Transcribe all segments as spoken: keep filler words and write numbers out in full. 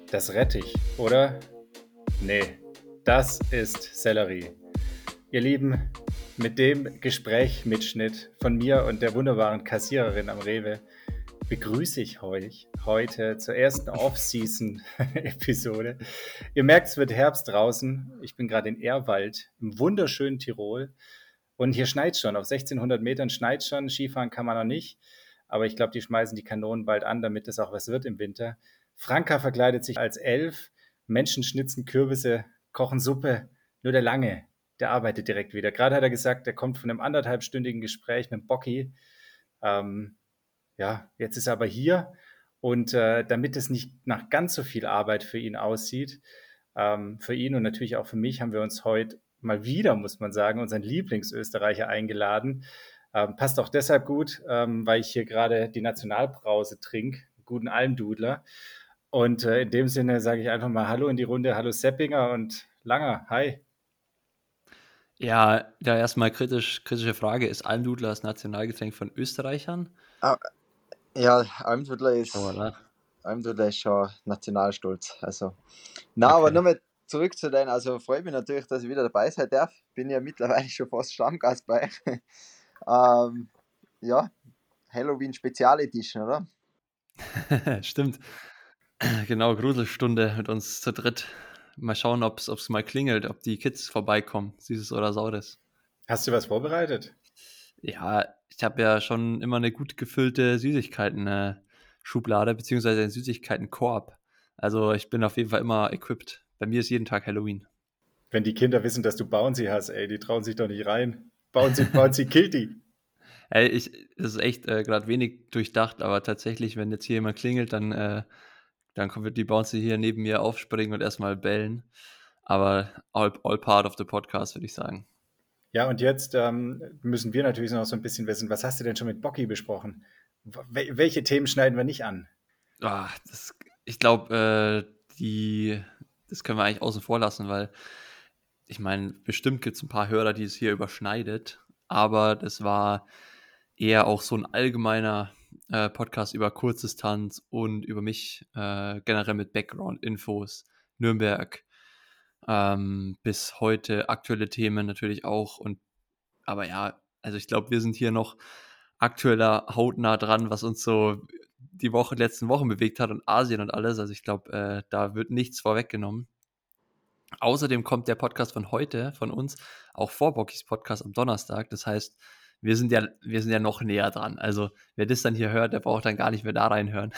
Das Rettich, oder? Nee, das ist Sellerie. Ihr Lieben, mit dem Gesprächmitschnitt von mir und der wunderbaren Kassiererin am Rewe begrüße ich euch heute zur ersten Off-Season-Episode. Ihr merkt, es wird Herbst draußen. Ich bin gerade in Ehrwald im wunderschönen Tirol und hier schneit schon. Auf sechzehnhundert Metern schneit schon. Skifahren kann man noch nicht. Aber ich glaube, die schmeißen die Kanonen bald an, damit es auch was wird im Winter. Franka verkleidet sich als Elf. Menschen schnitzen Kürbisse, kochen Suppe. Nur der Lange, der arbeitet direkt wieder. Gerade hat er gesagt, der kommt von einem anderthalbstündigen Gespräch mit Bocki. Ähm, ja, jetzt ist er aber hier. Und äh, damit es nicht nach ganz so viel Arbeit für ihn aussieht, ähm, für ihn und natürlich auch für mich, haben wir uns heute mal wieder, muss man sagen, unseren Lieblingsösterreicher eingeladen. Ähm, passt auch deshalb gut, ähm, weil ich hier gerade die Nationalbrause trinke, guten Almdudler. Und äh, in dem Sinne sage ich einfach mal Hallo in die Runde, hallo Seppinger und Langer, hi. Ja, da erstmal kritisch, kritische Frage, ist Almdudler das Nationalgetränk von Österreichern? Ah, ja, Almdudler ist, Schon, oder? Almdudler ist schon Nationalstolz. Also. Na, Okay. aber nochmal zurück zu deinen, also freue mich natürlich, dass ich wieder dabei sein darf. Bin ja mittlerweile schon fast Stammgast bei euch. ähm, ja, Halloween Spezial Edition, oder? Stimmt. Genau, Gruselstunde mit uns zu dritt. Mal schauen, ob es mal klingelt, ob die Kids vorbeikommen, Süßes oder Saures. Hast du was vorbereitet? Ja, ich habe ja schon immer eine gut gefüllte Süßigkeiten-Schublade, beziehungsweise einen Süßigkeiten-Korb. Also ich bin auf jeden Fall immer equipped. Bei mir ist jeden Tag Halloween. Wenn die Kinder wissen, dass du Bouncy hast, ey, die trauen sich doch nicht rein. Bouncy, Bouncy killt die. Ey, ich, das ist echt äh, gerade wenig durchdacht, aber tatsächlich, wenn jetzt hier jemand klingelt, dann, äh, dann kommt- wird die Bouncy hier neben mir aufspringen und erstmal bellen. Aber all, all part of the podcast, würde ich sagen. Ja, und jetzt ähm, müssen wir natürlich noch so ein bisschen wissen, was hast du denn schon mit Bocki besprochen? Wel welche Themen schneiden wir nicht an? Ah, das, ich glaube, äh, die, das können wir eigentlich außen vor lassen, weil ich meine, bestimmt gibt es ein paar Hörer, die es hier überschneidet, aber das war eher auch so ein allgemeiner äh, Podcast über Kurzdistanz und über mich äh, generell mit Background-Infos, Nürnberg, ähm, bis heute aktuelle Themen natürlich auch. Und aber ja, also ich glaube, wir sind hier noch aktueller hautnah dran, was uns so die Woche, letzten Wochen bewegt hat und Asien und alles. Also ich glaube, äh, da wird nichts vorweggenommen. Außerdem kommt der Podcast von heute, von uns, auch vor Bockys Podcast am Donnerstag. Das heißt, wir sind ja, wir sind ja noch näher dran. Also, wer das dann hier hört, der braucht dann gar nicht mehr da reinhören.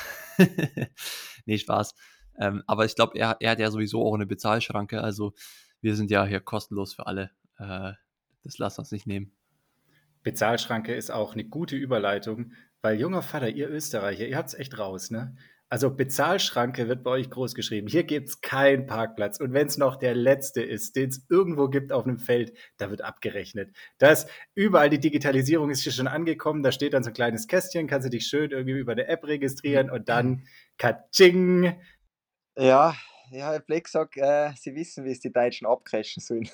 Nee, Spaß. Ähm, aber ich glaube, er, er hat ja sowieso auch eine Bezahlschranke. Also, wir sind ja hier kostenlos für alle. Äh, das lasst uns nicht nehmen. Bezahlschranke ist auch eine gute Überleitung, weil junger Vater, ihr Österreicher, ihr habt's echt raus, ne? Also Bezahlschranke wird bei euch groß geschrieben. Hier gibt's keinen Parkplatz. Und wenn es noch der letzte ist, den es irgendwo gibt auf einem Feld, da wird abgerechnet. Das überall die Digitalisierung ist hier schon angekommen. Da steht dann so ein kleines Kästchen, kannst du dich schön irgendwie über eine App registrieren und dann Katsching. Ja, ja, Herr Fleck sagt, äh, sie wissen, wie es die Deutschen abcrashen sollen.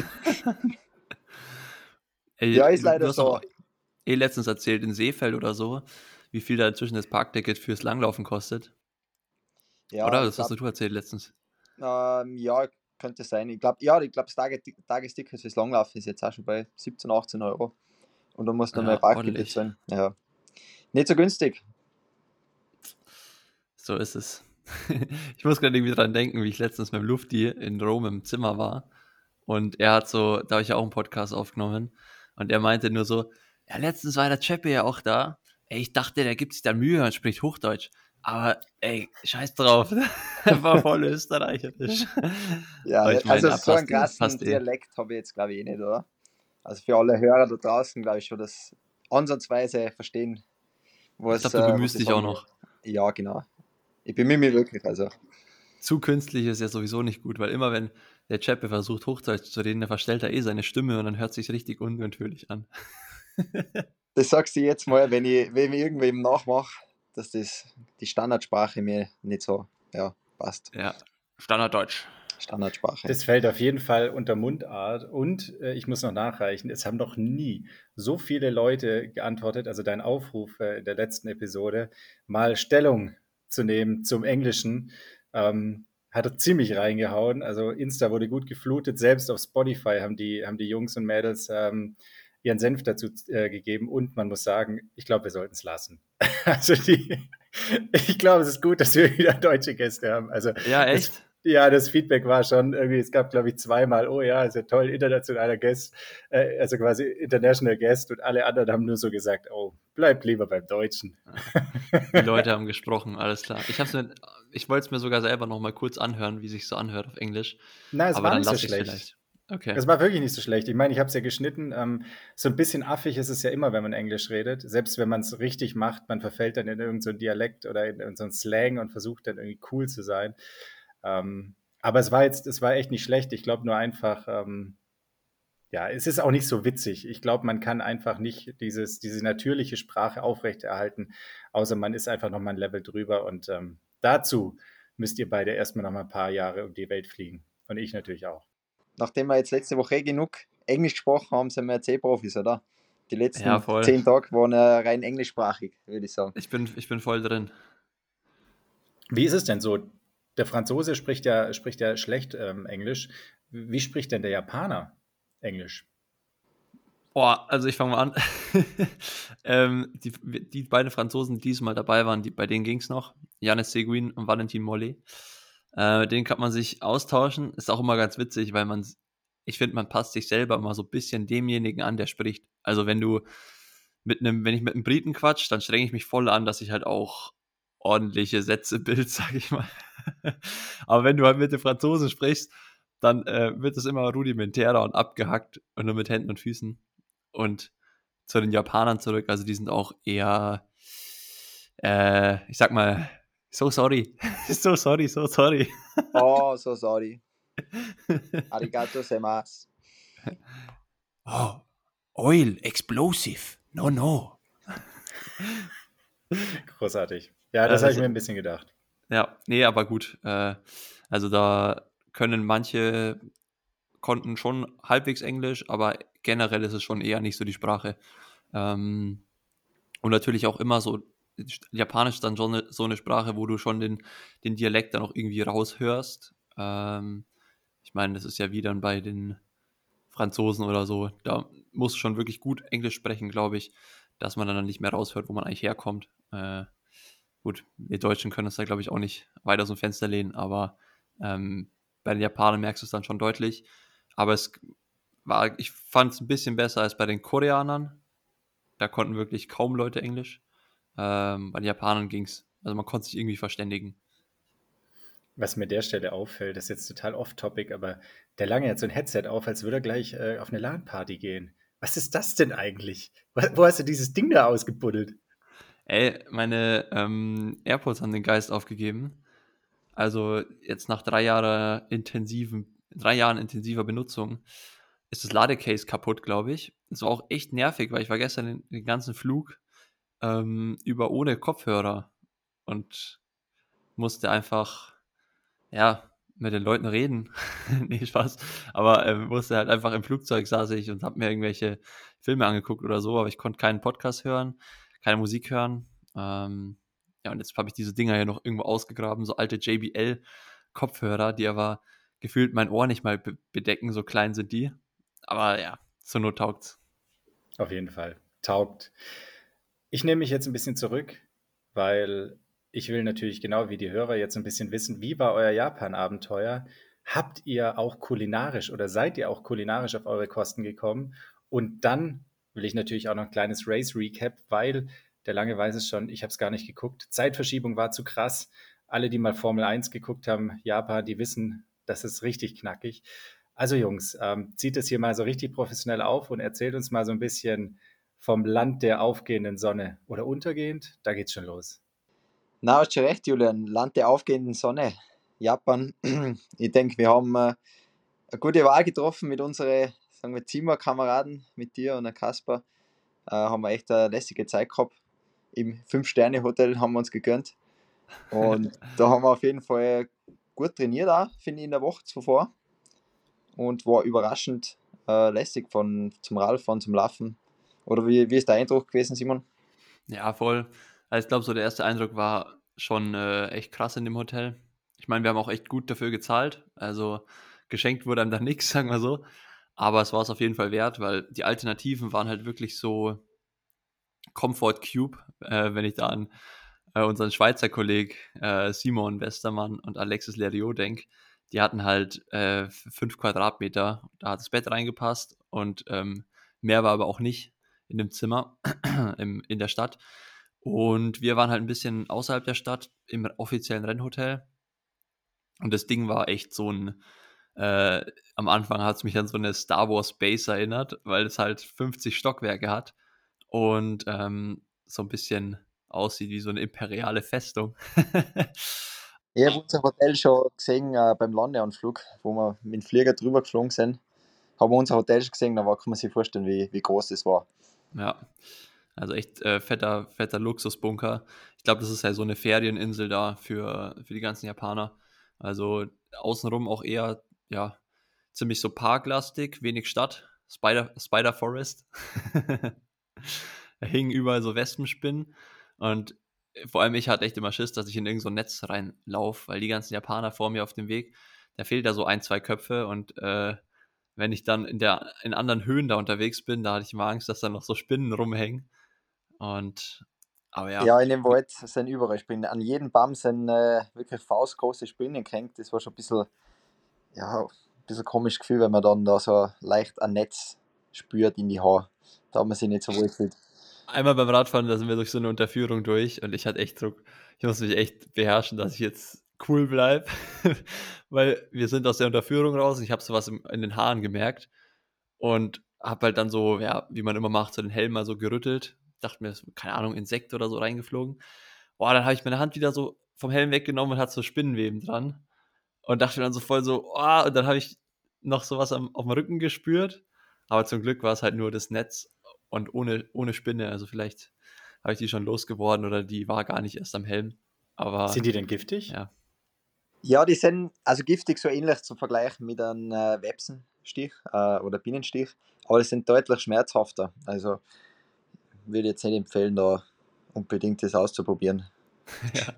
Ey, Ja, ist du, du leider hast doch so. auch eh letztens erzählt, in Seefeld oder so, wie viel da inzwischen das Parkticket fürs Langlaufen kostet. Ja, Oder? ich Das hast glaube, du erzählt letztens. ähm, ja, könnte sein. Ich glaube, ja, ich glaube, das Tage- Tagesticket fürs Langlaufen ist jetzt auch schon bei siebzehn, achtzehn Euro. Und dann musst du noch mehr Ja, Parkgebühr ordentlich. zahlen. Ja. Nicht so günstig. So ist es. Ich muss gerade irgendwie dran denken, wie ich letztens mit dem Lufti in Rom im Zimmer war. Und er hat so, da habe ich ja auch einen Podcast aufgenommen. Und er meinte nur so, ja, letztens war der Chepe ja auch da. Ey, ich dachte, der gibt sich da Mühe und spricht Hochdeutsch. Aber, ey, scheiß drauf. Er war voll österreicherisch. Ja, Aber ich meine, also ja, so einen passt eh, krassen passt eh. Dialekt habe ich jetzt, glaube ich, eh nicht, oder? Also für alle Hörer da draußen, glaube ich, schon das ansatzweise verstehen, Ich was, glaube, du äh, was bemühst ich dich auch sagen will. noch. Ja, genau. Ich bemühe mich wirklich, also. Zu künstlich ist ja sowieso nicht gut, weil immer wenn der Chepe versucht, Hochdeutsch zu reden, dann verstellt er eh seine Stimme und dann hört sich richtig unnatürlich an. Das sagst du jetzt mal, wenn ich, wenn ich irgendwem nachmache, dass das die Standardsprache mir nicht so, ja, passt. Ja, Standarddeutsch. Standardsprache. Das fällt auf jeden Fall unter Mundart. Und äh, ich muss noch nachreichen, es haben noch nie so viele Leute geantwortet, also dein Aufruf äh, in der letzten Episode, mal Stellung zu nehmen zum Englischen. Ähm, hat er ziemlich reingehauen. Also Insta wurde gut geflutet. Selbst auf Spotify haben die, haben die Jungs und Mädels ähm, ihren Senf dazu äh, gegeben. Und man muss sagen, ich glaube, wir sollten es lassen. Also die, ich glaube, es ist gut, dass wir wieder deutsche Gäste haben. Also Ja, das, echt? ja, das Feedback war schon irgendwie, es gab, glaube ich, zweimal, oh ja, ist ja toll, internationaler Guest, äh, also quasi International Guest, und alle anderen haben nur so gesagt, oh, bleibt lieber beim Deutschen. Die Leute haben gesprochen, alles klar. Ich hab's mir, ich wollte es mir sogar selber noch mal kurz anhören, wie sich so anhört auf Englisch. Na, es Aber war dann nicht so lasse ich es schlecht. vielleicht. Okay. Es war wirklich nicht so schlecht. Ich meine, ich habe es ja geschnitten. Ähm, so ein bisschen affig ist es ja immer, wenn man Englisch redet. Selbst wenn man es richtig macht, man verfällt dann in irgendeinen so Dialekt oder in irgendeinen so Slang und versucht dann irgendwie cool zu sein. Ähm, aber es war jetzt, es war echt nicht schlecht. Ich glaube nur einfach, ähm, ja, es ist auch nicht so witzig. Ich glaube, man kann einfach nicht dieses, diese natürliche Sprache aufrechterhalten, außer man ist einfach noch mal ein Level drüber. Und ähm, dazu müsst ihr beide erstmal noch mal ein paar Jahre um die Welt fliegen. Und ich natürlich auch. Nachdem wir jetzt letzte Woche eh genug Englisch gesprochen haben, sind wir jetzt eh Profis, oder? Die Ja, letzten voll. zehn Tage waren äh, rein englischsprachig, würde ich sagen. Ich bin, ich bin voll drin. Wie ist es denn so? Der Franzose spricht ja, spricht ja schlecht ähm, Englisch. Wie spricht denn der Japaner Englisch? Boah, also ich fange mal an. ähm, die, die beiden Franzosen, die diesmal dabei waren, die, bei denen ging es noch. Yannis Seguin und Valentin Mollet. Äh, mit denen kann man sich austauschen. Ist auch immer ganz witzig, weil man, ich finde, man passt sich selber immer so ein bisschen demjenigen an, der spricht. Also wenn du mit einem, wenn ich mit einem Briten quatsch, dann strenge ich mich voll an, dass ich halt auch ordentliche Sätze bild, sag ich mal. Aber wenn du halt mit den Franzosen sprichst, dann äh, wird es immer rudimentärer und abgehackt und nur mit Händen und Füßen. Und zu den Japanern zurück, also die sind auch eher, äh, ich sag mal, so sorry, so sorry, so sorry. Oh, so sorry. Arigato seimasu. Oh, Oil, explosive, no, no. Großartig. Ja, das Äh, habe ich das, mir ein bisschen gedacht. ja, nee, aber gut. Äh, also da können manche, konnten schon halbwegs Englisch, aber generell ist es schon eher nicht so die Sprache. Ähm, und natürlich auch immer so, Japanisch ist dann schon eine, so eine Sprache, wo du schon den, den Dialekt dann auch irgendwie raushörst. Ähm, ich meine, das ist ja wie dann bei den Franzosen oder so. Da muss schon wirklich gut Englisch sprechen, glaube ich, dass man dann nicht mehr raushört, wo man eigentlich herkommt. Äh, gut, wir Deutschen können uns da, glaube ich, auch nicht weit aus dem Fenster lehnen, aber ähm, bei den Japanern merkst du es dann schon deutlich. Aber es war, ich fand es ein bisschen besser als bei den Koreanern. Da konnten wirklich kaum Leute Englisch. Ähm, bei den Japanern ging es. Also man konnte sich irgendwie verständigen. Was mir der Stelle auffällt, das ist jetzt total off-topic, aber der Lange hat so ein Headset auf, als würde er gleich äh, auf eine LAN-Party gehen. Was ist das denn eigentlich? Wo, wo hast du dieses Ding da ausgebuddelt? Ey, meine ähm, AirPods haben den Geist aufgegeben. Also jetzt nach drei Jahren intensiven, drei Jahren intensiver Benutzung ist das Ladecase kaputt, glaube ich. Das war auch echt nervig, weil ich war gestern den, den ganzen Flug ähm, über ohne Kopfhörer und musste einfach, ja, mit den Leuten reden. Nee, Spaß. Aber ähm, musste halt einfach im Flugzeug saß ich und habe mir irgendwelche Filme angeguckt oder so, aber ich konnte keinen Podcast hören, keine Musik hören. Ähm, ja, und jetzt habe ich diese Dinger hier noch irgendwo ausgegraben, so alte J B L-Kopfhörer, die aber gefühlt mein Ohr nicht mal be bedecken, so klein sind die. Aber ja, zur Not taugt's. Auf jeden Fall. Taugt. Ich nehme mich jetzt ein bisschen zurück, weil ich will natürlich genau wie die Hörer jetzt ein bisschen wissen, wie war euer Japan-Abenteuer? Habt ihr auch kulinarisch oder seid ihr auch kulinarisch auf eure Kosten gekommen? Und dann will ich natürlich auch noch ein kleines Race-Recap, weil der Lange weiß es schon, ich habe es gar nicht geguckt. Zeitverschiebung war zu krass. Alle, die mal Formel eins geguckt haben, Japan, die wissen, das ist richtig knackig. Also Jungs, ähm, zieht es hier mal so richtig professionell auf und erzählt uns mal so ein bisschen vom Land der aufgehenden Sonne oder untergehend. Da geht's schon los. Na, hast schon recht, Julian. Land der aufgehenden Sonne. Japan. Ich denke, wir haben äh, eine gute Wahl getroffen mit unseren, sagen wir, Zimmerkameraden, mit dir und der Kasper. Äh, haben wir echt eine lässige Zeit gehabt. Im Fünf-Sterne-Hotel haben wir uns gegönnt. Und da haben wir auf jeden Fall gut trainiert auch, finde ich, in der Woche zuvor. Und war überraschend äh, lässig von, zum Radfahren, zum Laufen. Oder wie, wie ist der Eindruck gewesen, Simon? Ja, voll. Also ich glaube, so der erste Eindruck war schon äh, echt krass in dem Hotel. Ich meine, wir haben auch echt gut dafür gezahlt. Also geschenkt wurde einem da nichts, sagen wir so. Aber es war es auf jeden Fall wert, weil die Alternativen waren halt wirklich so Comfort Cube, äh, wenn ich da an äh, unseren Schweizer Kolleg äh, Simon Westermann und Alexis Leriot denke. Die hatten halt äh, fünf Quadratmeter, da hat das Bett reingepasst und ähm, mehr war aber auch nicht in dem Zimmer im, in der Stadt. Und wir waren halt ein bisschen außerhalb der Stadt im offiziellen Rennhotel. Und das Ding war echt so ein, äh, am Anfang hat es mich an so eine Star Wars Base erinnert, weil es halt fünfzig Stockwerke hat und ähm, so ein bisschen aussieht wie so eine imperiale Festung. Ich habe unser Hotel schon gesehen äh, beim Landeanflug, wo wir mit dem Flieger drüber geflogen sind. Haben wir unser Hotel schon gesehen, da kann man sich vorstellen, wie, wie groß das war. Ja, also echt äh, fetter, fetter Luxusbunker. Ich glaube, das ist ja so eine Ferieninsel da für, für die ganzen Japaner. Also außenrum auch eher, ja, ziemlich so parklastig, wenig Stadt. Spider, Spider Forest. Da hingen überall so Wespenspinnen. Und vor allem ich hatte echt immer Schiss, dass ich in irgend so ein Netz reinlaufe, weil die ganzen Japaner vor mir auf dem Weg, da fehlt da so ein, zwei Köpfe und äh, wenn ich dann in der in anderen Höhen da unterwegs bin, da hatte ich immer Angst, dass da noch so Spinnen rumhängen. Und aber ja, Ja, in dem Wald sind überall Spinnen. An jedem Baum sind äh, wirklich faustgroße Spinnen gehängt. Das war schon ein bisschen, ja, ein bisschen komisch Gefühl, wenn man dann da so leicht ein Netz spürt in die Haare. Da hat man sich nicht so wohl gefühlt. einmal beim Radfahren, da sind wir durch so eine Unterführung durch und ich hatte echt Druck. Ich muss mich echt beherrschen, dass ich jetzt cool bleibe, weil wir sind aus der Unterführung raus und ich habe sowas im, in den Haaren gemerkt und habe halt dann so, ja, wie man immer macht, so den Helm mal so gerüttelt. Dachte mir, keine Ahnung, Insekt oder so reingeflogen. Boah, dann habe ich meine Hand wieder so vom Helm weggenommen und hat so Spinnenweben dran und dachte mir dann so voll so, oh, und dann habe ich noch sowas am, auf dem Rücken gespürt, aber zum Glück war es halt nur das Netz und ohne, ohne Spinne, also vielleicht habe ich die schon losgeworden oder die war gar nicht erst am Helm, aber Sind die denn giftig? ja. Ja, die sind also giftig so ähnlich zu vergleichen mit einem äh, Websenstich äh, oder Bienenstich, aber die sind deutlich schmerzhafter. Also würde ich jetzt nicht empfehlen, da unbedingt das auszuprobieren. Ja.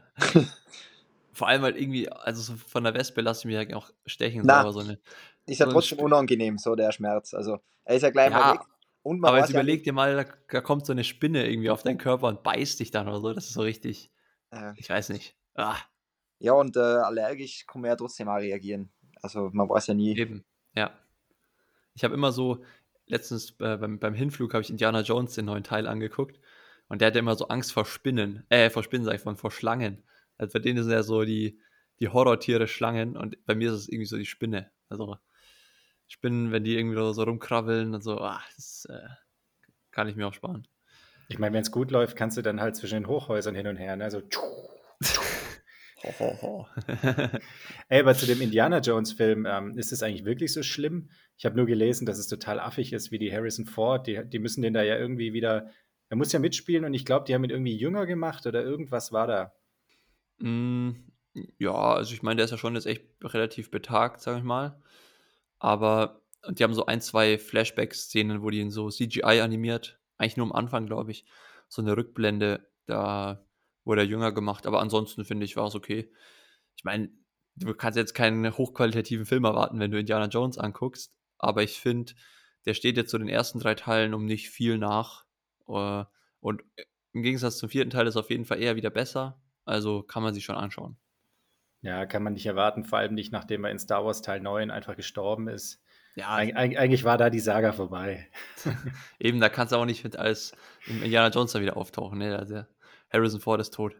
Vor allem halt irgendwie, also so von der Wespe lasse ich mich ja auch stechen, so, Nein, aber so eine. ist ja So ein trotzdem Sp- unangenehm, so der Schmerz. Also er ist ja gleich mal weg. ja, Und man aber jetzt weiß ja überleg nicht, dir mal, da, da kommt so eine Spinne irgendwie auf deinen Körper und beißt dich dann oder so. Das ist so richtig, äh, ich weiß nicht. Ah, ja, und äh, allergisch kann man ja trotzdem auch reagieren. Also man weiß ja nie. eben, ja. Ich habe immer so, letztens äh, beim, beim Hinflug habe ich Indiana Jones den neuen Teil angeguckt und der hatte immer so Angst vor Spinnen, äh, vor Spinnen sag ich, von, vor Schlangen. Also bei denen sind ja so die, die Horrortiere Schlangen und bei mir ist es irgendwie so die Spinne. Also Spinnen, wenn die irgendwie so rumkrabbeln und so, ach, das äh, kann ich mir auch sparen. Ich meine, wenn es gut läuft, kannst du dann halt zwischen den Hochhäusern hin und her, ne? So. Ho, ho, ho. Ey, aber zu dem Indiana Jones-Film, ähm, ist es eigentlich wirklich so schlimm? Ich habe nur gelesen, dass es total affig ist, wie die Harrison Ford, die, die müssen den da ja irgendwie wieder, er muss ja mitspielen und ich glaube, die haben ihn irgendwie jünger gemacht oder irgendwas war da. Mm, ja, also ich meine, der ist ja schon jetzt echt relativ betagt, sag ich mal. Aber und die haben so ein, zwei Flashback-Szenen, wo die ihn so C G I animiert, eigentlich nur am Anfang, glaube ich, so eine Rückblende, da wurde er jünger gemacht. Aber ansonsten finde ich, war es okay. Ich meine, du kannst jetzt keinen hochqualitativen Film erwarten, wenn du Indiana Jones anguckst. Aber ich finde, der steht jetzt so den ersten drei Teilen um nicht viel nach. Äh, Und im Gegensatz zum vierten Teil ist auf jeden Fall eher wieder besser. Also kann man sich schon anschauen. Ja, kann man nicht erwarten, vor allem nicht, nachdem er in Star Wars Teil neun einfach gestorben ist. Ja, Eig eig eigentlich war da die Saga vorbei. eben, da kannst du auch nicht mit als Indiana Jones da wieder auftauchen. Ne? Der, der Harrison Ford ist tot.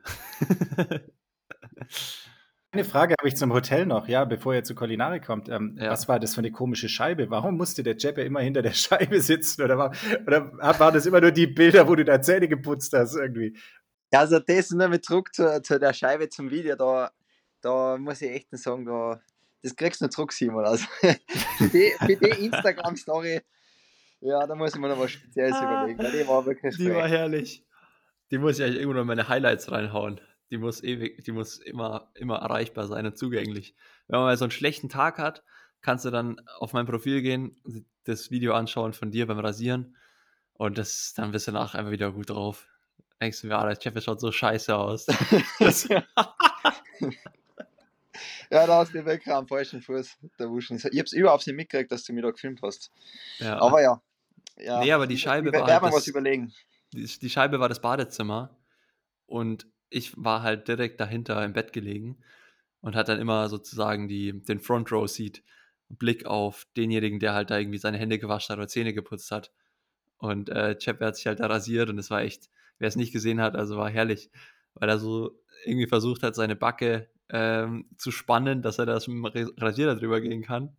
Eine Frage habe ich zum Hotel noch, ja, bevor ihr zu Kulinarik kommt. Ähm, Ja. Was war das für eine komische Scheibe? Warum musste der Jeppe immer hinter der Scheibe sitzen? Oder war, oder waren das immer nur die Bilder, wo du da Zähne geputzt hast irgendwie? Ja, also das nur mit zurück zu, zu der Scheibe zum Video, da, da muss ich echt sagen, da, das kriegst du noch zurück, Simon. Also für die, für die Instagram-Story, ja, da muss ich mir noch was Spezielles überlegen, weil die war wirklich Die war frech. herrlich. Die muss ich eigentlich irgendwo noch in meine Highlights reinhauen. Die muss ewig, die muss immer, immer erreichbar sein und zugänglich. Wenn man mal so einen schlechten Tag hat, kannst du dann auf mein Profil gehen, das Video anschauen von dir beim Rasieren und das, dann bist du danach einfach wieder gut drauf. Denkst du mir, ah, der Jeff schaut so scheiße aus. Das, Ja, da hast du wirklich am falschen Fuß erwischen. Ich hab's überhaupt nicht mitgekriegt, dass du mich da gefilmt hast. Ja. Aber ja, ja, Nee, aber die ich, Scheibe ich war werde halt mir was das, überlegen. die, die Scheibe war das Badezimmer und ich war halt direkt dahinter im Bett gelegen und hatte dann immer sozusagen die, den Front Row Seat, Blick auf denjenigen, der halt da irgendwie seine Hände gewaschen hat oder Zähne geputzt hat. Und äh, Chepe hat sich halt da rasiert und es war echt, wer es nicht gesehen hat, also war herrlich, weil er so irgendwie versucht hat, seine Backe ähm, zu spannen, dass er das mit dem Rasierer drüber gehen kann.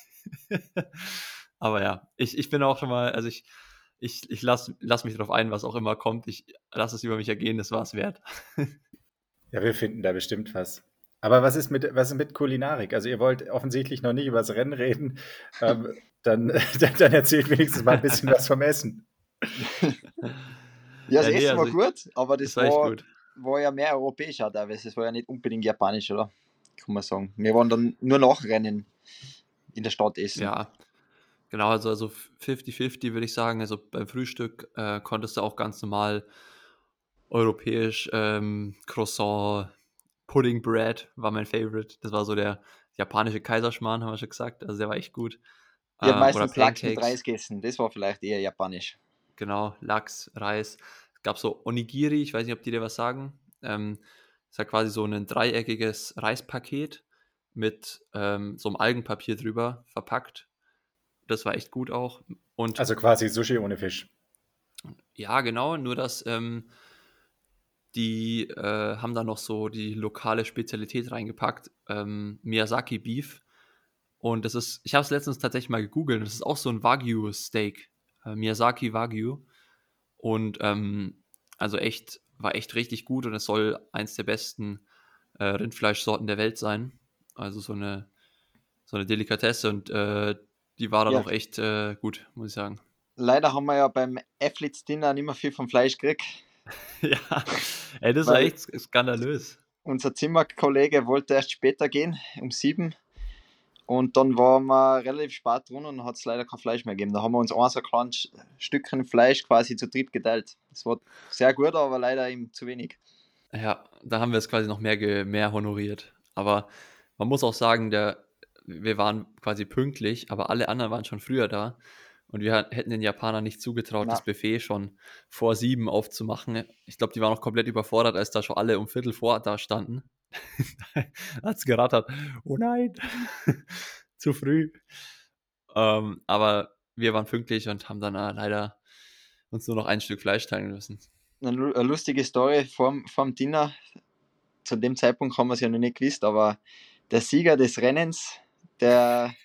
Aber ja, ich, ich bin auch schon mal, also ich, ich, ich lasse lass mich darauf ein, was auch immer kommt. Ich lasse es über mich ergehen, das war es wert. Ja, wir finden da bestimmt was. Aber was ist mit, was ist mit Kulinarik? Also ihr wollt offensichtlich noch nicht über das Rennen reden. Ähm, dann, dann, dann erzählt wenigstens mal ein bisschen was vom Essen. Ja, das Ja, nee, Essen war also ich, gut, aber das das war echt war, gut. war ja mehr europäisch auch teilweise. Das war ja nicht unbedingt japanisch, oder? Kann man sagen. Wir waren dann nur Nachrennen in der Stadt essen. Ja, genau, also, also fünfzig fünfzig würde ich sagen. Also beim Frühstück äh, konntest du auch ganz normal europäisch ähm, Croissant, Pudding Bread war mein Favorite. Das war so der japanische Kaiserschmarrn, haben wir schon gesagt. Also der war echt gut. Ich habe Äh, oder meistens Lachs mit Pancakes, Reis gegessen. Das war vielleicht eher japanisch. genau, Lachs, Reis. Es gab so Onigiri, ich weiß nicht, ob die dir was sagen. Ähm, das ist ja quasi so ein dreieckiges Reispaket mit ähm, so einem Algenpapier drüber verpackt. Das war echt gut auch. Und Also quasi Sushi ohne Fisch. ja, genau, nur dass ähm, die äh, haben da noch so die lokale Spezialität reingepackt, ähm, Miyazaki Beef. Und das ist, ich habe es letztens tatsächlich mal gegoogelt, das ist auch so ein Wagyu-Steak, äh, Miyazaki Wagyu. Und ähm, also echt, war echt richtig gut und es soll eins der besten äh, Rindfleischsorten der Welt sein. Also so eine, so eine Delikatesse und äh, die war dann Ja, auch echt äh, gut, muss ich sagen. leider haben wir ja beim Athletes Dinner nicht mehr viel vom Fleisch gekriegt, Ja, ey, das war weil echt skandalös. unser Zimmerkollege wollte erst später gehen, um sieben. Und dann waren wir relativ spät dran und hat es leider kein Fleisch mehr gegeben. Da haben wir uns ein so kleines Stückchen Fleisch quasi zu dritt geteilt. Das war sehr gut, aber leider eben zu wenig. Ja, da haben wir es quasi noch mehr, ge mehr honoriert. Aber man muss auch sagen, der, wir waren quasi pünktlich, aber alle anderen waren schon früher da. Und wir hat- hätten den Japanern nicht zugetraut, das Na, Buffet schon vor sieben aufzumachen. Ich glaube, die waren auch komplett überfordert, als da schon alle um Viertel vor da standen. Hat es gerattert. Oh nein, zu früh. Ähm, aber wir waren pünktlich und haben dann äh, leider uns nur noch ein Stück Fleisch teilen müssen. eine lu- eine lustige Story vorm, vorm Dinner. Zu dem Zeitpunkt haben wir es ja noch nicht gewusst, aber der Sieger des Rennens, der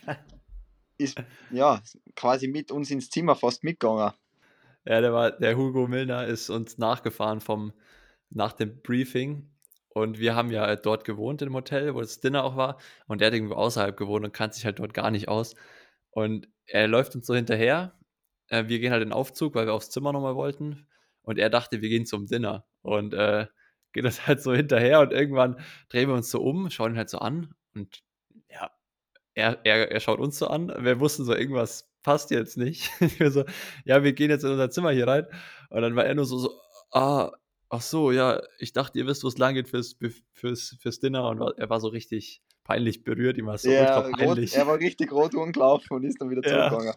ist ja quasi mit uns ins Zimmer fast mitgegangen. Ja, der war, der Hugo Milner ist uns nachgefahren vom, nach dem Briefing. Und wir haben ja dort gewohnt im Hotel, wo das Dinner auch war. Und der hat irgendwo außerhalb gewohnt und kannte sich halt dort gar nicht aus. Und er läuft uns so hinterher. Äh, wir gehen halt in den Aufzug, weil wir aufs Zimmer nochmal wollten. Und er dachte, wir gehen zum Dinner. Und äh, geht uns halt so hinterher. Und irgendwann drehen wir uns so um, schauen ihn halt so an. Und ja, er, er, er schaut uns so an. Wir wussten so, irgendwas passt jetzt nicht. Wir so, ja, wir gehen jetzt in unser Zimmer hier rein. Und dann war er nur so, so ah, ach so, ja, ich dachte, ihr wisst, wo es lang geht fürs, fürs, fürs Dinner. Und war, er war so richtig peinlich berührt. Ihm war es so ultra Er, rot, peinlich. er war richtig rot rumgelaufen und ist dann wieder Ja. zurückgegangen.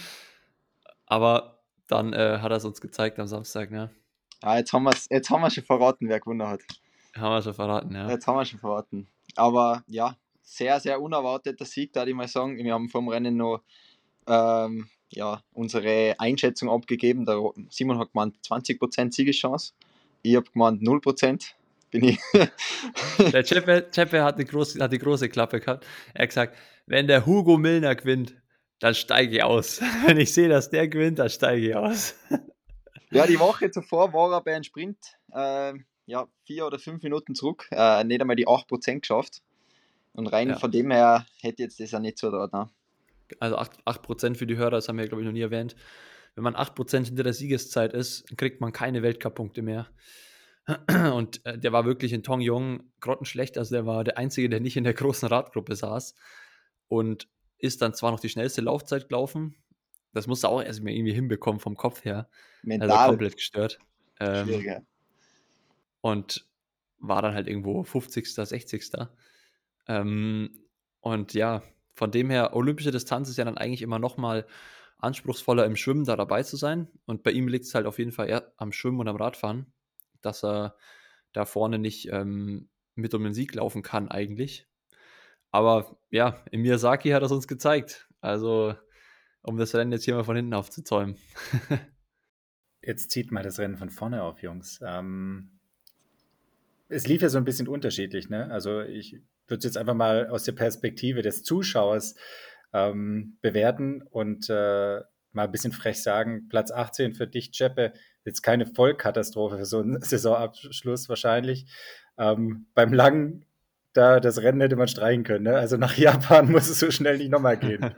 Aber dann äh, hat er es uns gezeigt am Samstag, ne? Ah, jetzt haben wir's, jetzt haben wir schon verraten, wer gewonnen hat. Haben wir schon verraten, ja. Jetzt haben wir schon verraten. Aber ja, sehr, sehr unerwarteter Sieg, da ich mal sagen. Wir haben vom Rennen noch ähm, ja, unsere Einschätzung abgegeben. Der Simon hat gemeint zwanzig Prozent Siegeschance. Ich habe gemeint null Prozent. Bin ich. Der Chepe, Chepe hat, eine große, hat die große Klappe gehabt. Er hat gesagt, wenn der Hugo Milner gewinnt, dann steige ich aus. Wenn ich sehe, dass der gewinnt, dann steige ich aus. Ja, die Woche zuvor war er bei einem Sprint äh, ja, vier oder fünf Minuten zurück. Äh, nicht einmal die acht Prozent geschafft. Und rein Ja. von dem her hätte jetzt das auch nicht so da. Ne? Also acht Prozent für die Hörer, das haben wir, glaube ich, noch nie erwähnt. Wenn man acht Prozent hinter der Siegeszeit ist, kriegt man keine Weltcup-Punkte mehr. Und äh, der war wirklich in Tongyong grottenschlecht. Also der war der Einzige, der nicht in der großen Radgruppe saß. Und ist dann zwar noch die schnellste Laufzeit gelaufen. Das musste auch erst mal irgendwie hinbekommen vom Kopf her. Mental. Also komplett gestört. Ähm, Schwieriger. und war dann halt irgendwo fünfzigster, sechzigster Ähm, und ja, von dem her, olympische Distanz ist ja dann eigentlich immer noch mal anspruchsvoller im Schwimmen da dabei zu sein. Und bei ihm liegt es halt auf jeden Fall eher am Schwimmen und am Radfahren, dass er da vorne nicht ähm, mit um den Sieg laufen kann eigentlich. Aber ja, in Miyazaki hat er es uns gezeigt. Also, um das Rennen jetzt hier mal von hinten aufzuzäumen. Jetzt zieht mal das Rennen von vorne auf, Jungs. Ähm, es lief ja so ein bisschen unterschiedlich, ne? Also ich würde es jetzt einfach mal aus der Perspektive des Zuschauers ähm, bewerten und äh, mal ein bisschen frech sagen, Platz achtzehn für dich, Chepe, jetzt keine Vollkatastrophe für so einen Saisonabschluss wahrscheinlich. Ähm, beim Langen, da das Rennen hätte man streichen können, ne? Also nach Japan muss es so schnell nicht nochmal gehen.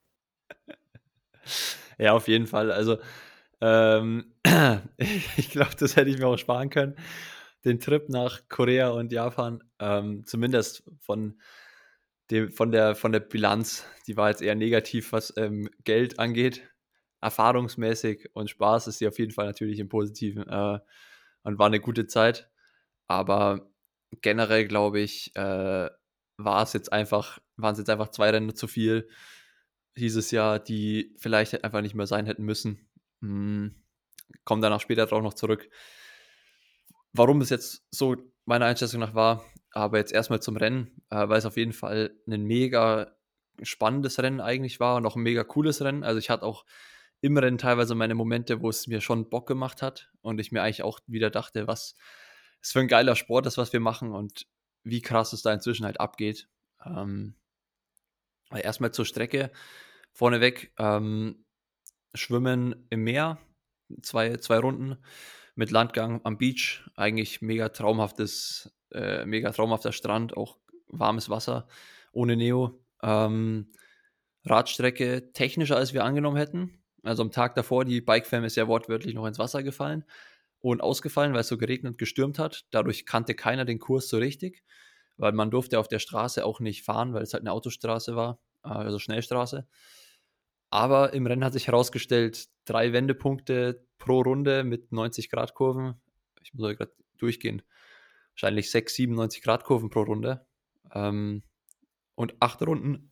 Ja, auf jeden Fall. Also, ähm, ich glaube, das hätte ich mir auch sparen können. Den Trip nach Korea und Japan, ähm, zumindest von, dem, von, der, von der Bilanz, die war jetzt eher negativ, was ähm, Geld angeht. Erfahrungsmäßig und Spaß ist sie auf jeden Fall natürlich im Positiven äh, und war eine gute Zeit. Aber generell glaube ich, äh, war es jetzt einfach, waren es jetzt einfach zwei Rennen zu viel dieses Jahr, die vielleicht einfach nicht mehr sein hätten müssen. Hm, kommen danach später drauf noch zurück, warum es jetzt so meiner Einschätzung nach war. Aber jetzt erstmal zum Rennen, äh, weil es auf jeden Fall ein mega spannendes Rennen eigentlich war und auch ein mega cooles Rennen. Also ich hatte auch im Rennen teilweise meine Momente, wo es mir schon Bock gemacht hat und ich mir eigentlich auch wieder dachte, was es für ein geiler Sport ist, was wir machen und wie krass es da inzwischen halt abgeht. Ähm, erstmal zur Strecke vorneweg. Ähm, Schwimmen im Meer, zwei, zwei Runden mit Landgang am Beach. Eigentlich mega traumhaftes, äh, mega traumhafter Strand, auch warmes Wasser ohne Neo. Ähm, Radstrecke technischer, als wir angenommen hätten. Also am Tag davor, die Bikefam ist ja wortwörtlich noch ins Wasser gefallen und ausgefallen, weil es so geregnet und gestürmt hat. Dadurch kannte keiner den Kurs so richtig, weil man durfte auf der Straße auch nicht fahren, weil es halt eine Autostraße war, also Schnellstraße. Aber im Rennen hat sich herausgestellt, drei Wendepunkte pro Runde mit neunzig Grad Kurven. Ich muss gerade durchgehen. Wahrscheinlich sechs, siebenundneunzig Grad Kurven pro Runde. Ähm, und acht Runden.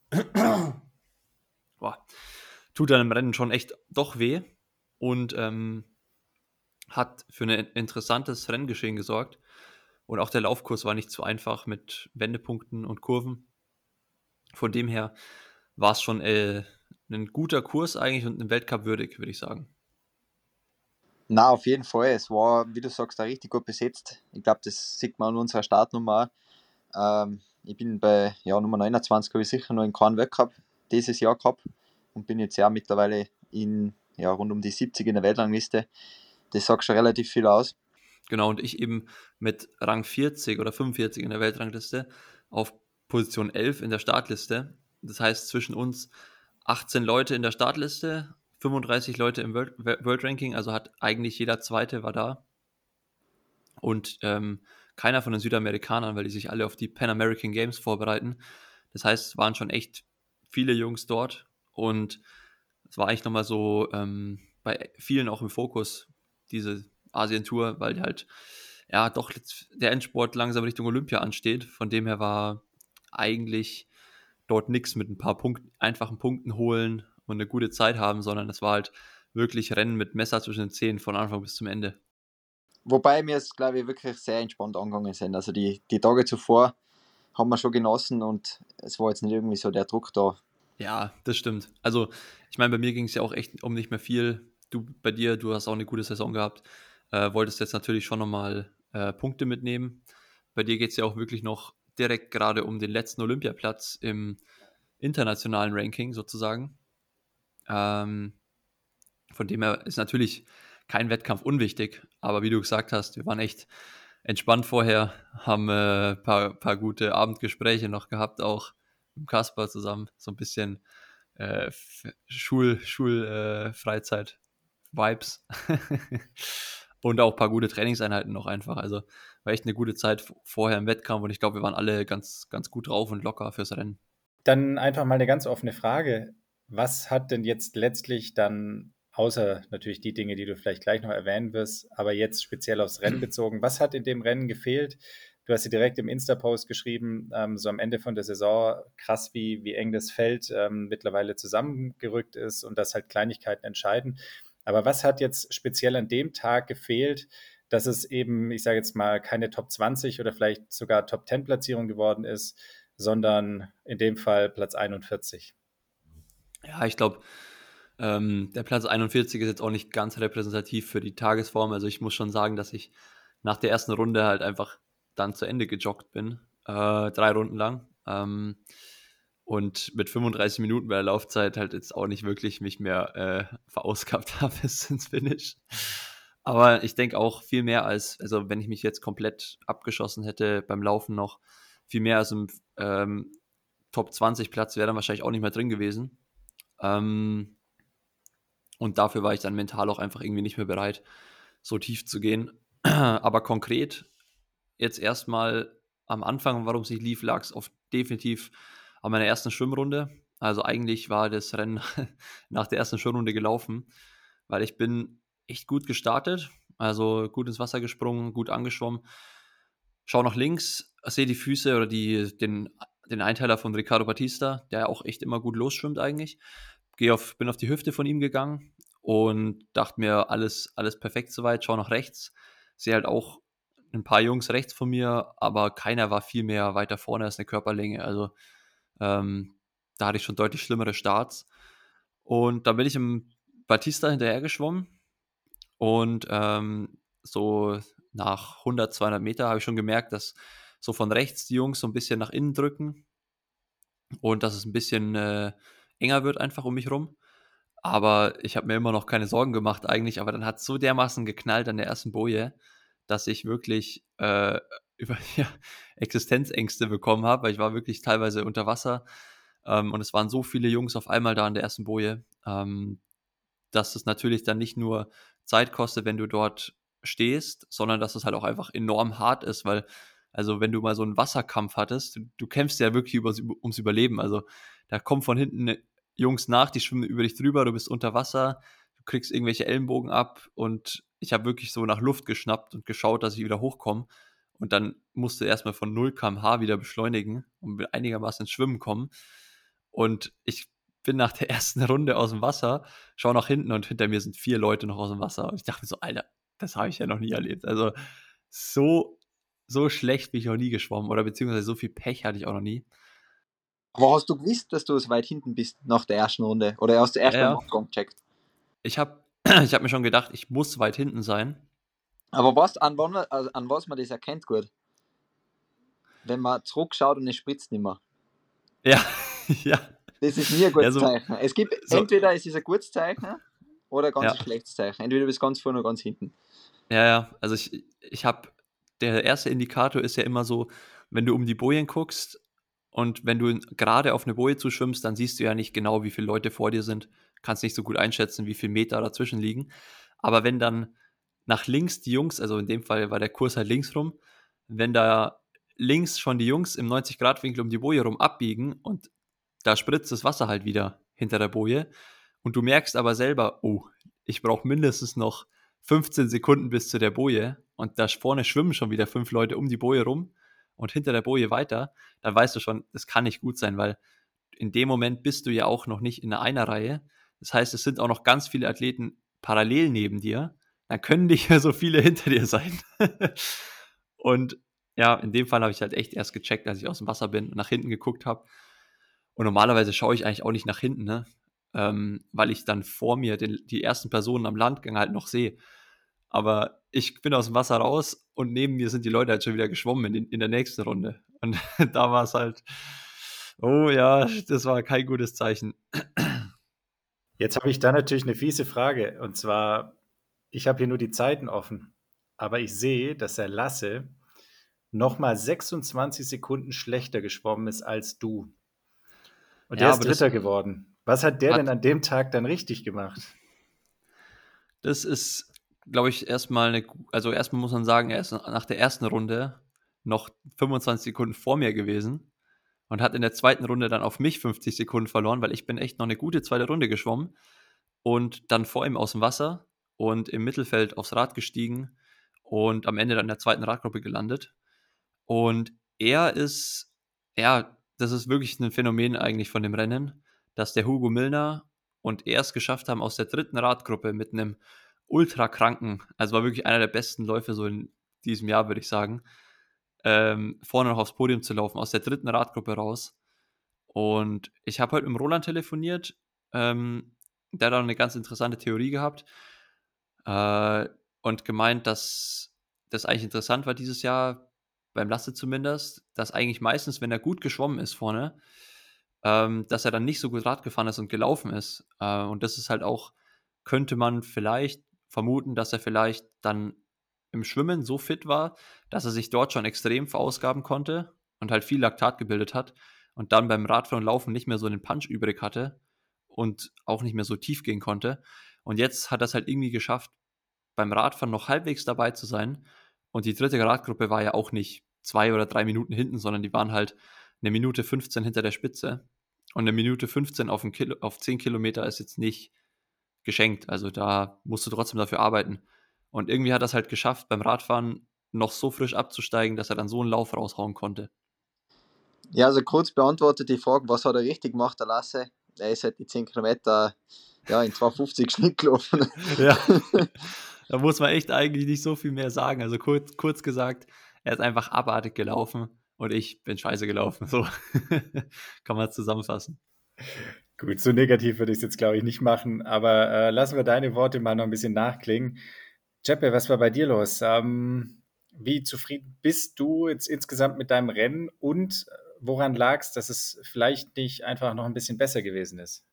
Boah, tut dann im Rennen schon echt doch weh. Und ähm, hat für ein interessantes Renngeschehen gesorgt. Und auch der Laufkurs war nicht so einfach mit Wendepunkten und Kurven. Von dem her war es schon äh, ein guter Kurs eigentlich und ein Weltcup würdig, würde ich sagen. Na, auf jeden Fall. Es war, wie du sagst, auch richtig gut besetzt. Ich glaube, das sieht man an unserer Startnummer auch. Ähm, ich bin bei ja, Nummer neunundzwanzig, habe ich sicher noch in keinem Weltcup dieses Jahr gehabt und bin jetzt ja mittlerweile in ja, rund um die siebzig in der Weltrangliste. Das sagt schon relativ viel aus. Genau, und ich eben mit Rang vierzig oder fünfundvierzig in der Weltrangliste auf Position elf in der Startliste. Das heißt, zwischen uns achtzehn Leute in der Startliste, fünfunddreißig Leute im World, World Ranking, also hat eigentlich jeder Zweite war da. Und ähm, keiner von den Südamerikanern, weil die sich alle auf die Pan American Games vorbereiten. Das heißt, es waren schon echt viele Jungs dort und es war eigentlich nochmal so ähm, bei vielen auch im Fokus, diese Asien-Tour, weil halt ja doch der Endsport langsam Richtung Olympia ansteht. Von dem her war eigentlich dort nichts mit ein paar Punkten, einfachen Punkten holen und eine gute Zeit haben, sondern es war halt wirklich Rennen mit Messer zwischen den Zähnen von Anfang bis zum Ende. Wobei wir es, glaube ich, wirklich sehr entspannt angegangen sind. Also die, die Tage zuvor haben wir schon genossen und es war jetzt nicht irgendwie so der Druck da. Ja, das stimmt. Also, ich meine, bei mir ging es ja auch echt um nicht mehr viel. Du, bei dir, du hast auch eine gute Saison gehabt. Äh, wolltest jetzt natürlich schon nochmal äh, Punkte mitnehmen. Bei dir geht es ja auch wirklich noch direkt gerade um den letzten Olympiaplatz im internationalen Ranking sozusagen. Ähm, von dem her ist natürlich kein Wettkampf unwichtig, aber wie du gesagt hast, wir waren echt entspannt vorher, haben ein äh, paar, paar gute Abendgespräche noch gehabt, auch mit Kasper zusammen, so ein bisschen äh, Schul, Schul äh, Freizeit Vibes und auch ein paar gute Trainingseinheiten noch einfach. Also war echt eine gute Zeit vorher im Wettkampf und ich glaube, wir waren alle ganz, ganz gut drauf und locker fürs Rennen. Dann einfach mal eine ganz offene Frage. Was hat denn jetzt letztlich dann, außer natürlich die Dinge, die du vielleicht gleich noch erwähnen wirst, aber jetzt speziell aufs Rennen bezogen, was hat in dem Rennen gefehlt, Du hast sie direkt im Insta-Post geschrieben, ähm, so am Ende von der Saison, krass, wie, wie eng das Feld ähm, mittlerweile zusammengerückt ist und dass halt Kleinigkeiten entscheiden. Aber was hat jetzt speziell an dem Tag gefehlt, dass es eben, ich sage jetzt mal, keine Top zwanzig oder vielleicht sogar Top zehn Platzierung geworden ist, sondern in dem Fall Platz einundvierzig? Ja, ich glaube, ähm, der Platz einundvierzig ist jetzt auch nicht ganz repräsentativ für die Tagesform. Also ich muss schon sagen, dass ich nach der ersten Runde halt einfach dann zu Ende gejoggt bin, äh, drei Runden lang. Ähm, und mit fünfunddreißig Minuten bei der Laufzeit halt jetzt auch nicht wirklich mich mehr äh, verausgabt habe bis ins Finish. Aber ich denke auch viel mehr als, also wenn ich mich jetzt komplett abgeschossen hätte beim Laufen noch, viel mehr als im ähm, Top zwanzig Platz wäre dann wahrscheinlich auch nicht mehr drin gewesen. Ähm, und dafür war ich dann mental auch einfach irgendwie nicht mehr bereit, so tief zu gehen. Aber konkret, jetzt erstmal am Anfang, warum es nicht lief, lag es oft definitiv an meiner ersten Schwimmrunde. Also eigentlich war das Rennen nach der ersten Schwimmrunde gelaufen, weil ich bin echt gut gestartet, also gut ins Wasser gesprungen, gut angeschwommen. Schau nach links, sehe die Füße oder die, den, den Einteiler von Ricardo Batista, der auch echt immer gut losschwimmt eigentlich. Geh auf, bin auf die Hüfte von ihm gegangen und dachte mir, alles, alles perfekt soweit. Schau nach rechts, sehe halt auch ein paar Jungs rechts von mir, aber keiner war viel mehr weiter vorne als eine Körperlänge. Also ähm, da hatte ich schon deutlich schlimmere Starts. Und dann bin ich im Batista hinterher geschwommen und ähm, so nach hundert, zweihundert Meter habe ich schon gemerkt, dass so von rechts die Jungs so ein bisschen nach innen drücken und dass es ein bisschen äh, enger wird einfach um mich rum. Aber ich habe mir immer noch keine Sorgen gemacht eigentlich, aber dann hat es so dermaßen geknallt an der ersten Boje, dass ich wirklich äh, über ja, Existenzängste bekommen habe, weil ich war wirklich teilweise unter Wasser ähm, und es waren so viele Jungs auf einmal da an der ersten Boje, ähm, dass es natürlich dann nicht nur Zeit kostet, wenn du dort stehst, sondern dass es halt auch einfach enorm hart ist, weil, also wenn du mal so einen Wasserkampf hattest, du, du kämpfst ja wirklich übers, ums Überleben. Also da kommen von hinten Jungs nach, die schwimmen über dich drüber, du bist unter Wasser, du kriegst irgendwelche Ellenbogen ab und ich habe wirklich so nach Luft geschnappt und geschaut, dass ich wieder hochkomme. Und dann musste erstmal von null Kilometer pro Stunde wieder beschleunigen und einigermaßen ins Schwimmen kommen. Und ich bin nach der ersten Runde aus dem Wasser, schaue nach hinten und hinter mir sind vier Leute noch aus dem Wasser. Und ich dachte mir so, Alter, das habe ich ja noch nie erlebt. Also so, so schlecht bin ich noch nie geschwommen oder beziehungsweise so viel Pech hatte ich auch noch nie. Aber hast du gewusst, dass du so weit hinten bist nach der ersten Runde? Oder hast du erst Ja, beim ja. Abgang gecheckt? Ich habe ich hab mir schon gedacht, ich muss weit hinten sein. Aber was, an, wann, man- also an was man das erkennt gut? Wenn man zurückschaut und es spritzt nicht mehr. Ja, ja. Das ist nie ein gutes Ja, so, Zeichen. Es gibt so, entweder es ist ein gutes Zeichen oder ein ganz ja. ein schlechtes Zeichen. Entweder du bist ganz vorne oder ganz hinten. Ja, ja, also ich, ich habe, der erste Indikator ist ja immer so, wenn du um die Bojen guckst und wenn du gerade auf eine Boje zuschwimmst, dann siehst du ja nicht genau, wie viele Leute vor dir sind, kannst nicht so gut einschätzen, wie viele Meter dazwischen liegen. Aber wenn dann nach links die Jungs, also in dem Fall war der Kurs halt links rum, wenn da links schon die Jungs im neunzig-Grad-Winkel um die Boje rum abbiegen und da spritzt das Wasser halt wieder hinter der Boje und du merkst aber selber, oh, ich brauche mindestens noch fünfzehn Sekunden bis zu der Boje und da vorne schwimmen schon wieder fünf Leute um die Boje rum und hinter der Boje weiter, dann weißt du schon, das kann nicht gut sein, weil in dem Moment bist du ja auch noch nicht in der Einerreihe. Das heißt, es sind auch noch ganz viele Athleten parallel neben dir. Dann können nicht mehr so viele hinter dir sein. Und ja, in dem Fall habe ich halt echt erst gecheckt, als ich aus dem Wasser bin und nach hinten geguckt habe. Und normalerweise schaue ich eigentlich auch nicht nach hinten, ne? Ähm, weil ich dann vor mir den, die ersten Personen am Landgang halt noch sehe. Aber ich bin aus dem Wasser raus und neben mir sind die Leute halt schon wieder geschwommen in, in der nächsten Runde. Und da war es halt, oh ja, das war kein gutes Zeichen. Jetzt habe ich da natürlich eine fiese Frage. Und zwar, ich habe hier nur die Zeiten offen. Aber ich sehe, dass der Lasse nochmal sechsundzwanzig Sekunden schlechter geschwommen ist als du. Und Ja, der ist aber das Dritter geworden. Was hat der hat, denn an dem Tag dann richtig gemacht? das ist, glaube ich, erstmal eine, gu- also erstmal muss man sagen, er ist nach der ersten Runde noch fünfundzwanzig Sekunden vor mir gewesen und hat in der zweiten Runde dann auf mich fünfzig Sekunden verloren, weil ich bin echt noch eine gute zweite Runde geschwommen und dann vor ihm aus dem Wasser und im Mittelfeld aufs Rad gestiegen und am Ende dann in der zweiten Radgruppe gelandet. Und er ist, ja, das ist wirklich ein Phänomen eigentlich von dem Rennen, dass der Hugo Milner und er es geschafft haben, aus der dritten Radgruppe mit einem ultrakranken, also war wirklich einer der besten Läufe so in diesem Jahr, würde ich sagen, ähm, vorne noch aufs Podium zu laufen, aus der dritten Radgruppe raus. Und ich habe heute mit dem Roland telefoniert, ähm, der hat auch eine ganz interessante Theorie gehabt äh, und gemeint, dass das eigentlich interessant war dieses Jahr, beim Lasse zumindest, dass eigentlich meistens, wenn er gut geschwommen ist vorne, ähm, dass er dann nicht so gut Rad gefahren ist und gelaufen ist. Äh, und das ist halt auch, könnte man vielleicht vermuten, dass er vielleicht dann im Schwimmen so fit war, dass er sich dort schon extrem verausgaben konnte und halt viel Laktat gebildet hat und dann beim Radfahren und Laufen nicht mehr so einen Punch übrig hatte und auch nicht mehr so tief gehen konnte. Und jetzt hat er es halt irgendwie geschafft, beim Radfahren noch halbwegs dabei zu sein. Und die dritte Radgruppe war ja auch nicht zwei oder drei Minuten hinten, sondern die waren halt eine Minute fünfzehn hinter der Spitze. Und eine Minute fünfzehn auf, ein Kilo, auf zehn Kilometer ist jetzt nicht geschenkt. Also da musst du trotzdem dafür arbeiten. Und irgendwie hat er es halt geschafft, beim Radfahren noch so frisch abzusteigen, dass er dann so einen Lauf raushauen konnte. Ja, also kurz beantwortet die Frage, was hat er richtig gemacht, der Lasse? Er ist halt die zehn Kilometer ja, in zwei fünfzig Schnitt gelaufen. Ja, da muss man echt eigentlich nicht so viel mehr sagen. Also kurz, kurz gesagt, er ist einfach abartig gelaufen und ich bin scheiße gelaufen. So kann man es zusammenfassen. Gut, so negativ würde ich es jetzt, glaube ich, nicht machen, aber äh, lassen wir deine Worte mal noch ein bisschen nachklingen. Jeppe, was war bei dir los? Ähm, wie zufrieden bist du jetzt insgesamt mit deinem Rennen und äh, woran lag es, dass es vielleicht nicht einfach noch ein bisschen besser gewesen ist?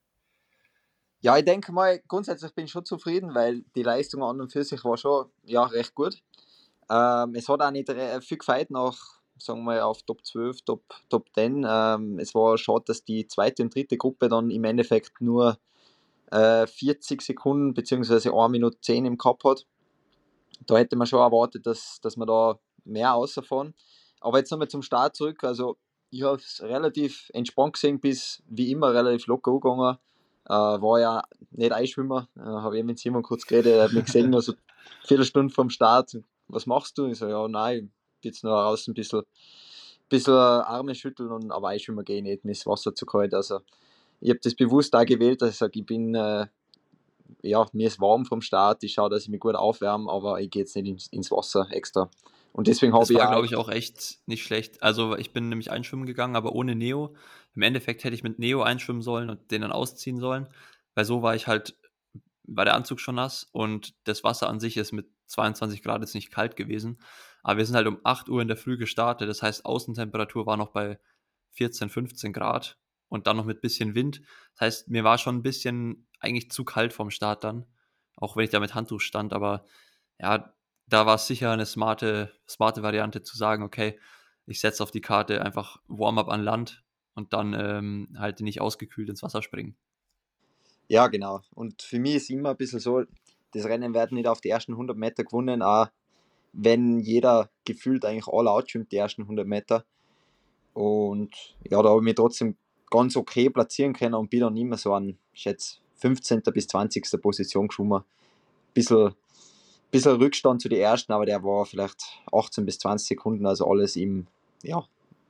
Ja, ich denke mal, grundsätzlich bin ich schon zufrieden, weil die Leistung an und für sich war schon ja, recht gut. Ähm, es hat auch nicht re- viel gefeit nach, sagen wir mal, auf Top zwölf, Top, Top zehn. Ähm, es war schade, dass die zweite und dritte Gruppe dann im Endeffekt nur äh, vierzig Sekunden bzw. eine Minute zehn im Cup hat. Da hätte man schon erwartet, dass, dass wir da mehr rausfahren. Aber jetzt nochmal zum Start zurück. Also ich habe es relativ entspannt gesehen, bis wie immer relativ locker angegangen. Äh, war ja nicht Eisschwimmer. Äh, habe ich mit Simon kurz geredet, er hat mich gesehen, also eine Viertelstunde vom Start. Was machst du? Ich so, ja, nein, ich bin jetzt noch raus ein bisschen, bisschen Arme schütteln, und, aber Eisschwimmer gehe ich nicht, mir ist Wasser zu kalt. Also ich habe das bewusst da gewählt, dass ich sage, ich bin äh, ja, mir ist warm vom Start, ich schaue, dass ich mich gut aufwärme, aber ich gehe jetzt nicht ins, ins Wasser extra. Und deswegen habe Das ich war, auch, glaube ich, auch echt nicht schlecht. Also ich bin nämlich einschwimmen gegangen, aber ohne Neo. Im Endeffekt hätte ich mit Neo einschwimmen sollen und den dann ausziehen sollen, weil so war ich halt, war der Anzug schon nass und das Wasser an sich ist mit zweiundzwanzig Grad jetzt nicht kalt gewesen. Aber wir sind halt um acht Uhr in der Früh gestartet. Das heißt, Außentemperatur war noch bei vierzehn, fünfzehn Grad und dann noch mit bisschen Wind. Das heißt, mir war schon ein bisschen eigentlich zu kalt vom Start dann, auch wenn ich da mit Handtuch stand. Aber ja, da war es sicher eine smarte, smarte Variante zu sagen, okay, ich setze auf die Karte einfach Warm-up an Land und dann ähm, halt nicht ausgekühlt ins Wasser springen. ja genau. Und für mich ist immer ein bisschen so, das Rennen wird nicht auf die ersten hundert Meter gewonnen, auch wenn jeder gefühlt eigentlich all out schwimmt, die ersten hundert Meter. Und ja, da habe ich mich trotzdem ganz okay platzieren können und bin dann immer so an, ich schätze, fünfzehnten bis zwanzigsten Position geschwommen. Bisschen, bisschen Rückstand zu den ersten, aber der war vielleicht achtzehn bis zwanzig Sekunden, also alles im, ja,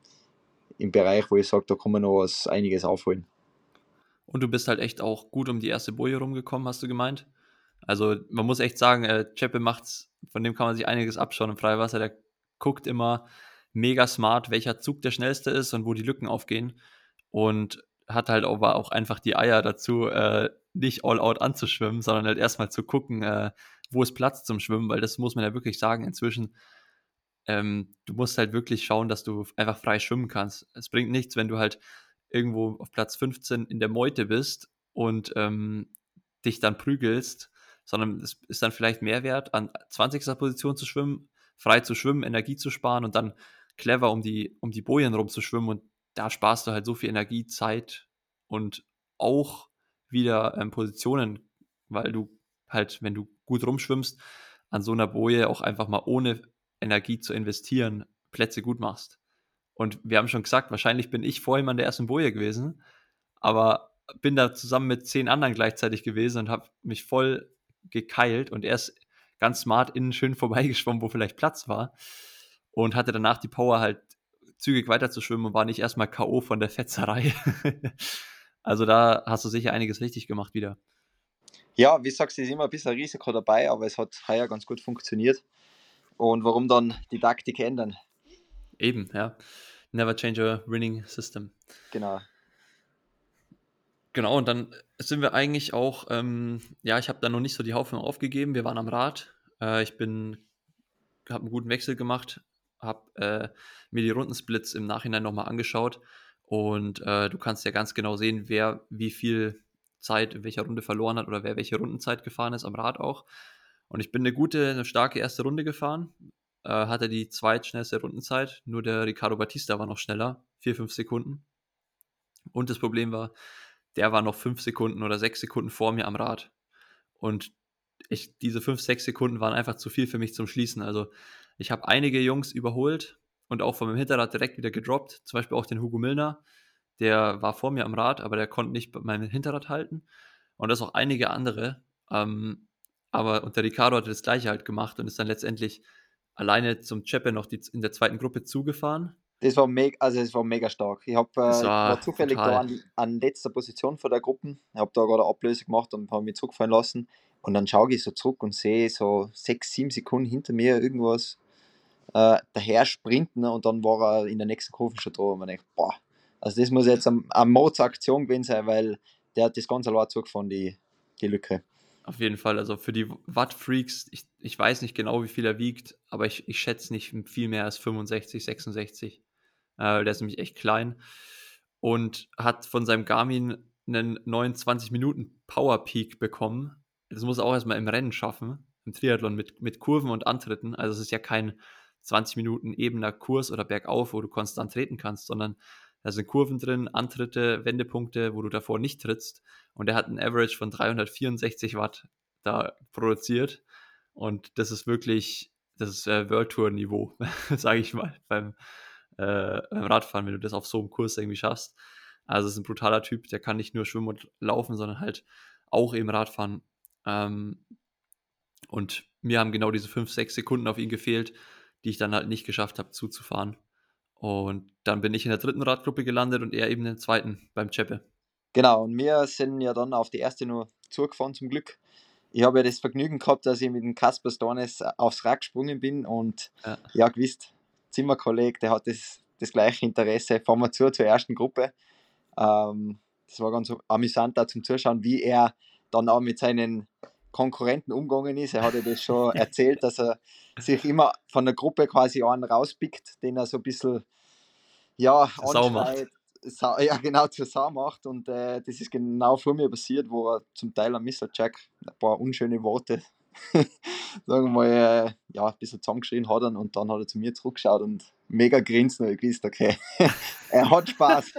im Bereich, wo ich sage, da kann man noch was, einiges aufholen. Und du bist halt echt auch gut um die erste Boje rumgekommen, hast du gemeint. Also man muss echt sagen, äh, Chepe macht's, von dem kann man sich einiges abschauen im Freiwasser. Der guckt immer mega smart, welcher Zug der schnellste ist und wo die Lücken aufgehen. Und hat halt aber auch einfach die Eier dazu, äh, nicht all out anzuschwimmen, sondern halt erstmal zu gucken, äh, wo ist Platz zum Schwimmen, weil das muss man ja wirklich sagen, inzwischen, ähm, du musst halt wirklich schauen, dass du einfach frei schwimmen kannst. Es bringt nichts, wenn du halt irgendwo auf Platz fünfzehn in der Meute bist und ähm, dich dann prügelst, sondern es ist dann vielleicht mehr wert, an zwanzigster Position zu schwimmen, frei zu schwimmen, Energie zu sparen und dann clever um die, um die Bojen rumzuschwimmen, und da sparst du halt so viel Energie, Zeit und auch wieder ähm, Positionen, weil du halt, wenn du gut rumschwimmst, an so einer Boje auch einfach mal ohne Energie zu investieren, Plätze gut machst. Und wir haben schon gesagt, wahrscheinlich bin ich vor ihm an der ersten Boje gewesen, aber bin da zusammen mit zehn anderen gleichzeitig gewesen und habe mich voll gekeilt und er ist ganz smart innen schön vorbeigeschwommen, wo vielleicht Platz war. und hatte danach die Power halt zügig weiter zu schwimmen und war nicht erstmal K O von der Fetzerei. Also da hast du sicher einiges richtig gemacht wieder. Ja, wie sagst du, ist immer ein bisschen Risiko dabei, aber es hat heuer ganz gut funktioniert. Und warum dann die Taktik ändern? Eben, ja. Never change a winning system. Genau. Genau, und dann sind wir eigentlich auch, ähm, ja, ich habe da noch nicht so die Hoffnung aufgegeben. Wir waren am Rad. Äh, ich bin, habe einen guten Wechsel gemacht, habe äh, mir die Rundensplits im Nachhinein nochmal angeschaut und äh, du kannst ja ganz genau sehen, wer wie viel Zeit in welcher Runde verloren hat oder wer welche Rundenzeit gefahren ist am Rad auch. Und ich bin eine gute, eine starke erste Runde gefahren, äh, hatte die zweitschnellste Rundenzeit, nur der Ricardo Batista war noch schneller, vier, fünf Sekunden. Und das Problem war, der war noch fünf Sekunden oder sechs Sekunden vor mir am Rad. Und ich, diese fünf, sechs Sekunden waren einfach zu viel für mich zum Schließen. Also ich habe einige Jungs überholt und auch von meinem Hinterrad direkt wieder gedroppt. Zum Beispiel auch den Hugo Milner. Der war vor mir am Rad, aber der konnte nicht mein Hinterrad halten. Und das auch einige andere. Ähm, aber und der Ricardo hatte das gleiche halt gemacht und ist dann letztendlich alleine zum Chepe noch die, in der zweiten Gruppe zugefahren. Das war mega, also es war mega stark. Ich hab, Das äh, war war zufällig brutal. da an, an letzter Position von der Gruppe. Ich habe da gerade eine Ablöse gemacht und habe mich zurückfallen lassen. Und dann schaue ich so zurück und sehe so sechs, sieben Sekunden hinter mir irgendwas äh, daher sprinten, ne? Und dann war er in der nächsten Kurve schon da. Und man denkt, boah, also das muss jetzt eine, eine Mods-Aktion gewesen sein, weil der hat das ganz allein zugefahren, die, die Lücke. Auf jeden Fall, also für die Watt-Freaks, ich, ich weiß nicht genau, wie viel er wiegt, aber ich, ich schätze nicht viel mehr als fünfundsechzig, sechsundsechzig. Äh, der ist nämlich echt klein und hat von seinem Garmin einen neunundzwanzig Minuten Power Peak bekommen. Das muss er auch erstmal im Rennen schaffen, im Triathlon mit, mit Kurven und Antritten. Also es ist ja kein zwanzig Minuten ebener Kurs oder bergauf, wo du konstant treten kannst, sondern da sind Kurven drin, Antritte, Wendepunkte, wo du davor nicht trittst. Und er hat ein Average von dreihundertvierundsechzig Watt da produziert. Und das ist wirklich, das ist äh, World Tour Niveau, sage ich mal, beim, äh, beim Radfahren, wenn du das auf so einem Kurs irgendwie schaffst. Also es ist ein brutaler Typ, der kann nicht nur schwimmen und laufen, sondern halt auch eben Radfahren. Ähm, und mir haben genau diese fünf, sechs Sekunden auf ihn gefehlt, die ich dann halt nicht geschafft habe zuzufahren. Und dann bin ich in der dritten Radgruppe gelandet und er eben in der zweiten beim Chepe. Genau, und wir sind ja dann auf die erste nur zugefahren zum Glück. Ich habe ja das Vergnügen gehabt, dass ich mit dem Kasper Stornes aufs Rad gesprungen bin und Ja. ja, gewisst, Zimmerkolleg, der hat das, das gleiche Interesse, fahren wir zu zur ersten Gruppe. Ähm, das war ganz amüsant da zum Zuschauen, wie er dann auch mit seinen Konkurrenten umgegangen ist. Er hat ja das schon erzählt, dass er sich immer von der Gruppe quasi einen rauspickt, den er so ein bisschen ja, Zur Sau macht. anschreit, Sa ja genau, zur Sau macht. Und äh, das ist genau vor mir passiert, wo er zum Teil am Mister Jack ein paar unschöne Worte, sagen wir mal, äh, ja, ein bisschen zusammengeschrien hat er, und dann hat er zu mir zurückgeschaut und mega grinsen und ich gewusst, okay, er hat Spaß.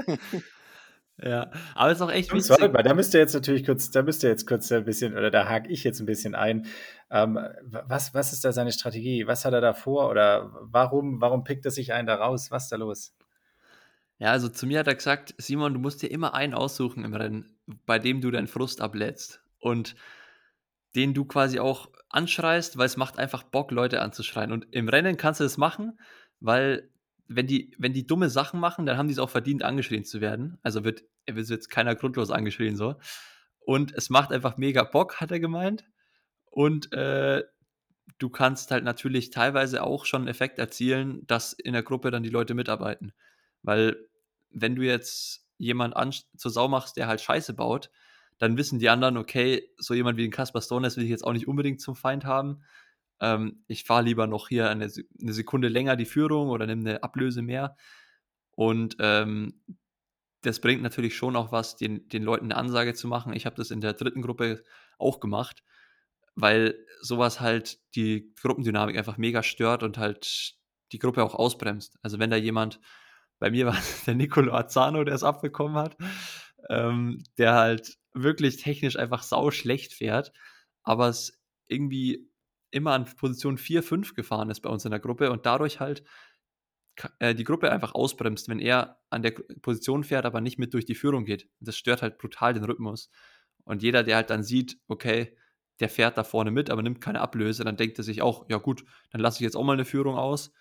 Ja, aber es ist auch echt Jungs, witzig. warte mal, da müsst ihr jetzt natürlich kurz, da müsst ihr jetzt kurz ein bisschen, oder da hake ich jetzt ein bisschen ein. Ähm, was, was ist da seine Strategie? Was hat er da vor? Oder warum, warum pickt er sich einen da raus? Was ist da los? Ja, also zu mir hat er gesagt, Simon, du musst dir immer einen aussuchen im Rennen, bei dem du deinen Frust ablädst und den du quasi auch anschreist, weil es macht einfach Bock, Leute anzuschreien. Und im Rennen kannst du das machen, weil wenn die, wenn die dumme Sachen machen, dann haben die es auch verdient, angeschrien zu werden. Also wird, er wird jetzt keiner grundlos angeschrien so. Und es macht einfach mega Bock, hat er gemeint. Und äh, du kannst halt natürlich teilweise auch schon einen Effekt erzielen, dass in der Gruppe dann die Leute mitarbeiten. Weil wenn du jetzt jemand an, zur Sau machst, der halt Scheiße baut, dann wissen die anderen, okay, so jemand wie den Kaspar Stones will ich jetzt auch nicht unbedingt zum Feind haben. Ähm, ich fahre lieber noch hier eine, eine Sekunde länger die Führung oder nehme eine Ablöse mehr. Und ähm, das bringt natürlich schon auch was, den, den Leuten eine Ansage zu machen. Ich habe das in der dritten Gruppe auch gemacht, weil sowas halt die Gruppendynamik einfach mega stört und halt die Gruppe auch ausbremst. Also wenn da jemand, bei mir war der Nicolo Azzano, der es abbekommen hat, ähm, der halt wirklich technisch einfach sau schlecht fährt, aber es irgendwie immer an Position vier, fünf gefahren ist bei uns in der Gruppe und dadurch halt äh, die Gruppe einfach ausbremst, wenn er an der Position fährt, aber nicht mit durch die Führung geht. Das stört halt brutal den Rhythmus. Und jeder, der halt dann sieht, okay, der fährt da vorne mit, aber nimmt keine Ablöse, dann denkt er sich auch, ja gut, dann lasse ich jetzt auch mal eine Führung aus,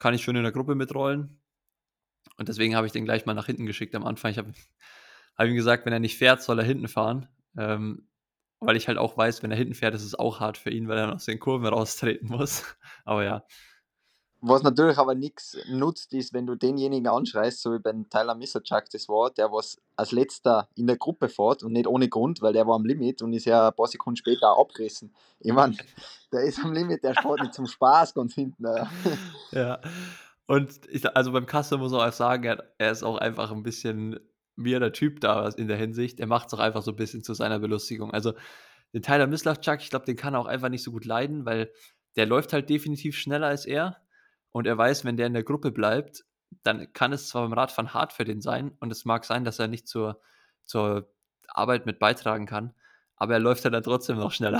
kann ich schon in der Gruppe mitrollen. Und deswegen habe ich den gleich mal nach hinten geschickt am Anfang. Ich habe hab ihm gesagt, wenn er nicht fährt, soll er hinten fahren. Ähm, weil ich halt auch weiß, wenn er hinten fährt, ist es auch hart für ihn, weil er noch aus den Kurven raustreten muss. Aber ja. Was natürlich aber nichts nutzt, ist, wenn du denjenigen anschreist, so wie beim Tyler Misserchuk das war, der was als letzter in der Gruppe fährt und nicht ohne Grund, weil der war am Limit und ist ja ein paar Sekunden später auch abgerissen. Ich meine, der ist am Limit, der fährt nicht zum Spaß ganz hinten. Ja. Ja. Und ich, also beim Kassel muss man auch sagen, er, er ist auch einfach ein bisschen mir der Typ da in der Hinsicht. Er macht es auch einfach so ein bisschen zu seiner Belustigung. Also den Tyler Mislachchuk, ich glaube, den kann er auch einfach nicht so gut leiden, weil der läuft halt definitiv schneller als er. Und er weiß, wenn der in der Gruppe bleibt, dann kann es zwar beim Radfahren hart für den sein und es mag sein, dass er nicht zur, zur Arbeit mit beitragen kann, aber er läuft halt dann trotzdem noch schneller.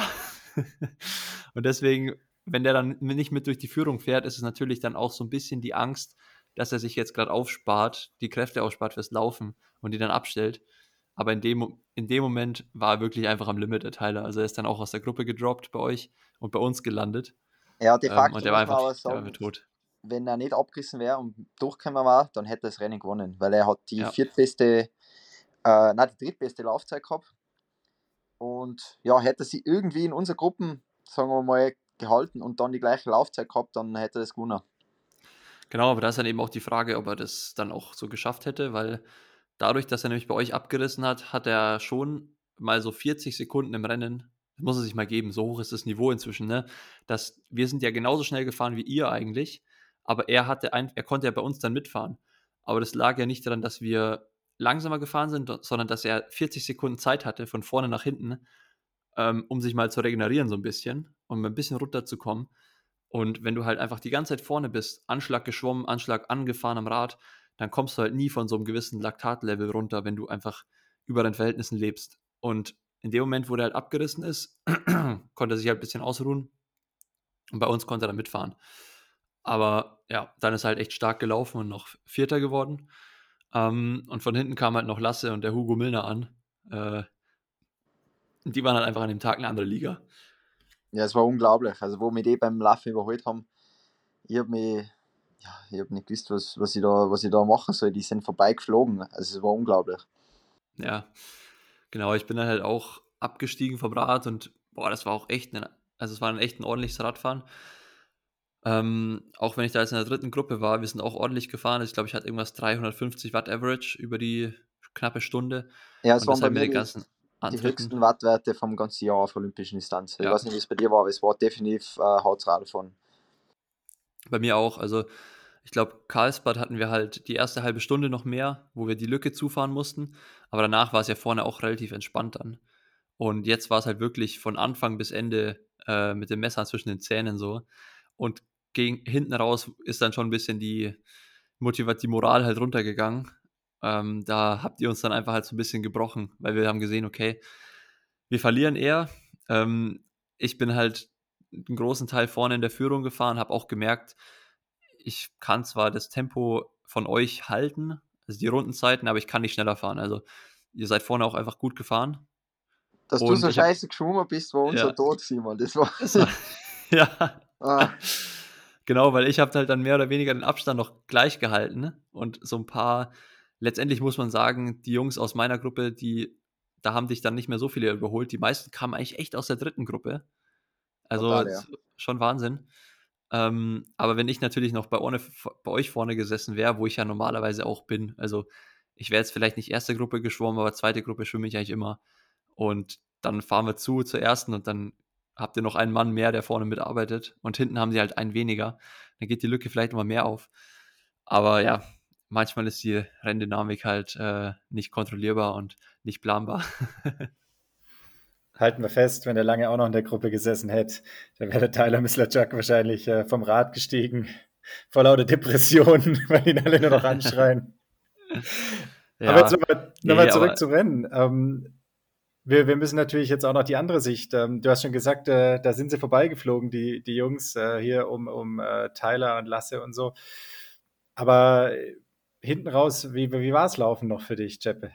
Und deswegen, wenn der dann nicht mit durch die Führung fährt, ist es natürlich dann auch so ein bisschen die Angst, dass er sich jetzt gerade aufspart, die Kräfte aufspart fürs Laufen und die dann abstellt. Aber in dem, in dem Moment war er wirklich einfach am Limit, der Tyler. Also er ist dann auch aus der Gruppe gedroppt bei euch und bei uns gelandet. Ja, de Ähm, facto und der war muss man einfach, aber der war sagen, einfach tot. wenn er nicht abgerissen wäre und durchgekommen war, dann hätte er das Rennen gewonnen, weil er hat die Ja. viertbeste, äh, nein, die drittbeste Laufzeit gehabt. Und ja, hätte sie irgendwie in unserer Gruppen, sagen wir mal, gehalten und dann die gleiche Laufzeit gehabt, dann hätte er das gewonnen. Genau, aber da ist dann eben auch die Frage, ob er das dann auch so geschafft hätte, weil dadurch, dass er nämlich bei euch abgerissen hat, hat er schon mal so vierzig Sekunden im Rennen, das muss er sich mal geben, so hoch ist das Niveau inzwischen, ne? Dass wir sind ja genauso schnell gefahren wie ihr eigentlich, aber er hatte ein, er konnte ja bei uns dann mitfahren. Aber das lag ja nicht daran, dass wir langsamer gefahren sind, sondern dass er vierzig Sekunden Zeit hatte, von vorne nach hinten, ähm, um sich mal zu regenerieren so ein bisschen, um ein bisschen runterzukommen. Und wenn du halt einfach die ganze Zeit vorne bist, Anschlag geschwommen, Anschlag angefahren am Rad, dann kommst du halt nie von so einem gewissen Laktatlevel runter, wenn du einfach über deinen Verhältnissen lebst. Und in dem Moment, wo der halt abgerissen ist, konnte er sich halt ein bisschen ausruhen. Und bei uns konnte er dann mitfahren. Aber ja, dann ist er halt echt stark gelaufen und noch Vierter geworden. Ähm, und von hinten kam halt noch Lasse und der Hugo Milner an. Äh, und die waren halt einfach an dem Tag eine andere Liga. Ja, es war unglaublich. Also, wo wir die beim Laufen überholt haben, ich habe mich, ja, ich habe nicht gewusst, was, was, ich da, was ich da machen soll. Die sind vorbeigeflogen. Also, es war unglaublich. Ja, genau. Ich bin dann halt auch abgestiegen vom Rad und boah, das war auch echt, ein, also es war ein echt ein ordentliches Radfahren. Ähm, auch wenn ich da jetzt in der dritten Gruppe war, wir sind auch ordentlich gefahren. Ich glaube, ich hatte irgendwas dreihundertfünfzig Watt Average über die knappe Stunde. Ja, es Und waren das bei halt mit mir den die, ganzen die Antritten. höchsten Wattwerte vom ganzen Jahr auf olympischen Distanz. Ich Ja. weiß nicht, wie es bei dir war, aber es war definitiv äh, Hautradl von. Bei mir auch. Also ich glaube, Karlsbad hatten wir halt die erste halbe Stunde noch mehr, wo wir die Lücke zufahren mussten. Aber danach war es ja vorne auch relativ entspannt dann. Und jetzt war es halt wirklich von Anfang bis Ende äh, mit dem Messer zwischen den Zähnen so. Und gegen, hinten raus ist dann schon ein bisschen die Motivat, die Moral halt runtergegangen. Ähm, da habt ihr uns dann einfach halt so ein bisschen gebrochen, weil wir haben gesehen, okay, wir verlieren eher. Ähm, ich bin halt einen großen Teil vorne in der Führung gefahren, habe auch gemerkt, ich kann zwar das Tempo von euch halten, also die Rundenzeiten, aber ich kann nicht schneller fahren. Also ihr seid vorne auch einfach gut gefahren. Dass du Und so ich habe, scheiße geschwommen bist, war unser ja, Tod, Simon. Das war. das war, ja, ah, genau, weil ich habe halt dann mehr oder weniger den Abstand noch gleich gehalten und so ein paar, letztendlich muss man sagen, die Jungs aus meiner Gruppe, die, da haben dich dann nicht mehr so viele überholt. Die meisten kamen eigentlich echt aus der dritten Gruppe. Also brutal, ja. ist schon Wahnsinn. Ähm, aber wenn ich natürlich noch bei, ohne, bei euch vorne gesessen wäre, wo ich ja normalerweise auch bin, also ich wäre jetzt vielleicht nicht erste Gruppe geschwommen, aber zweite Gruppe schwimme ich eigentlich immer. Und dann fahren wir zu zur ersten und dann habt ihr noch einen Mann mehr, der vorne mitarbeitet und hinten haben sie halt einen weniger. Dann geht die Lücke vielleicht immer mehr auf. Aber ja, manchmal ist die Renndynamik halt äh, nicht kontrollierbar und nicht planbar. Halten wir fest, wenn er lange auch noch in der Gruppe gesessen hätte, dann wäre der Tyler Mislachchuk wahrscheinlich äh, vom Rad gestiegen, vor lauter Depressionen, weil ihn alle nur noch anschreien. Ja, aber jetzt nochmal noch mal nee, zurück aber zu Rennen. Ähm, wir, wir müssen natürlich jetzt auch noch die andere Sicht. Ähm, du hast schon gesagt, äh, da sind sie vorbeigeflogen, die, die Jungs äh, hier um, um äh, Tyler und Lasse und so. Aber äh, hinten raus, wie, wie war es laufen noch für dich, Jeppe?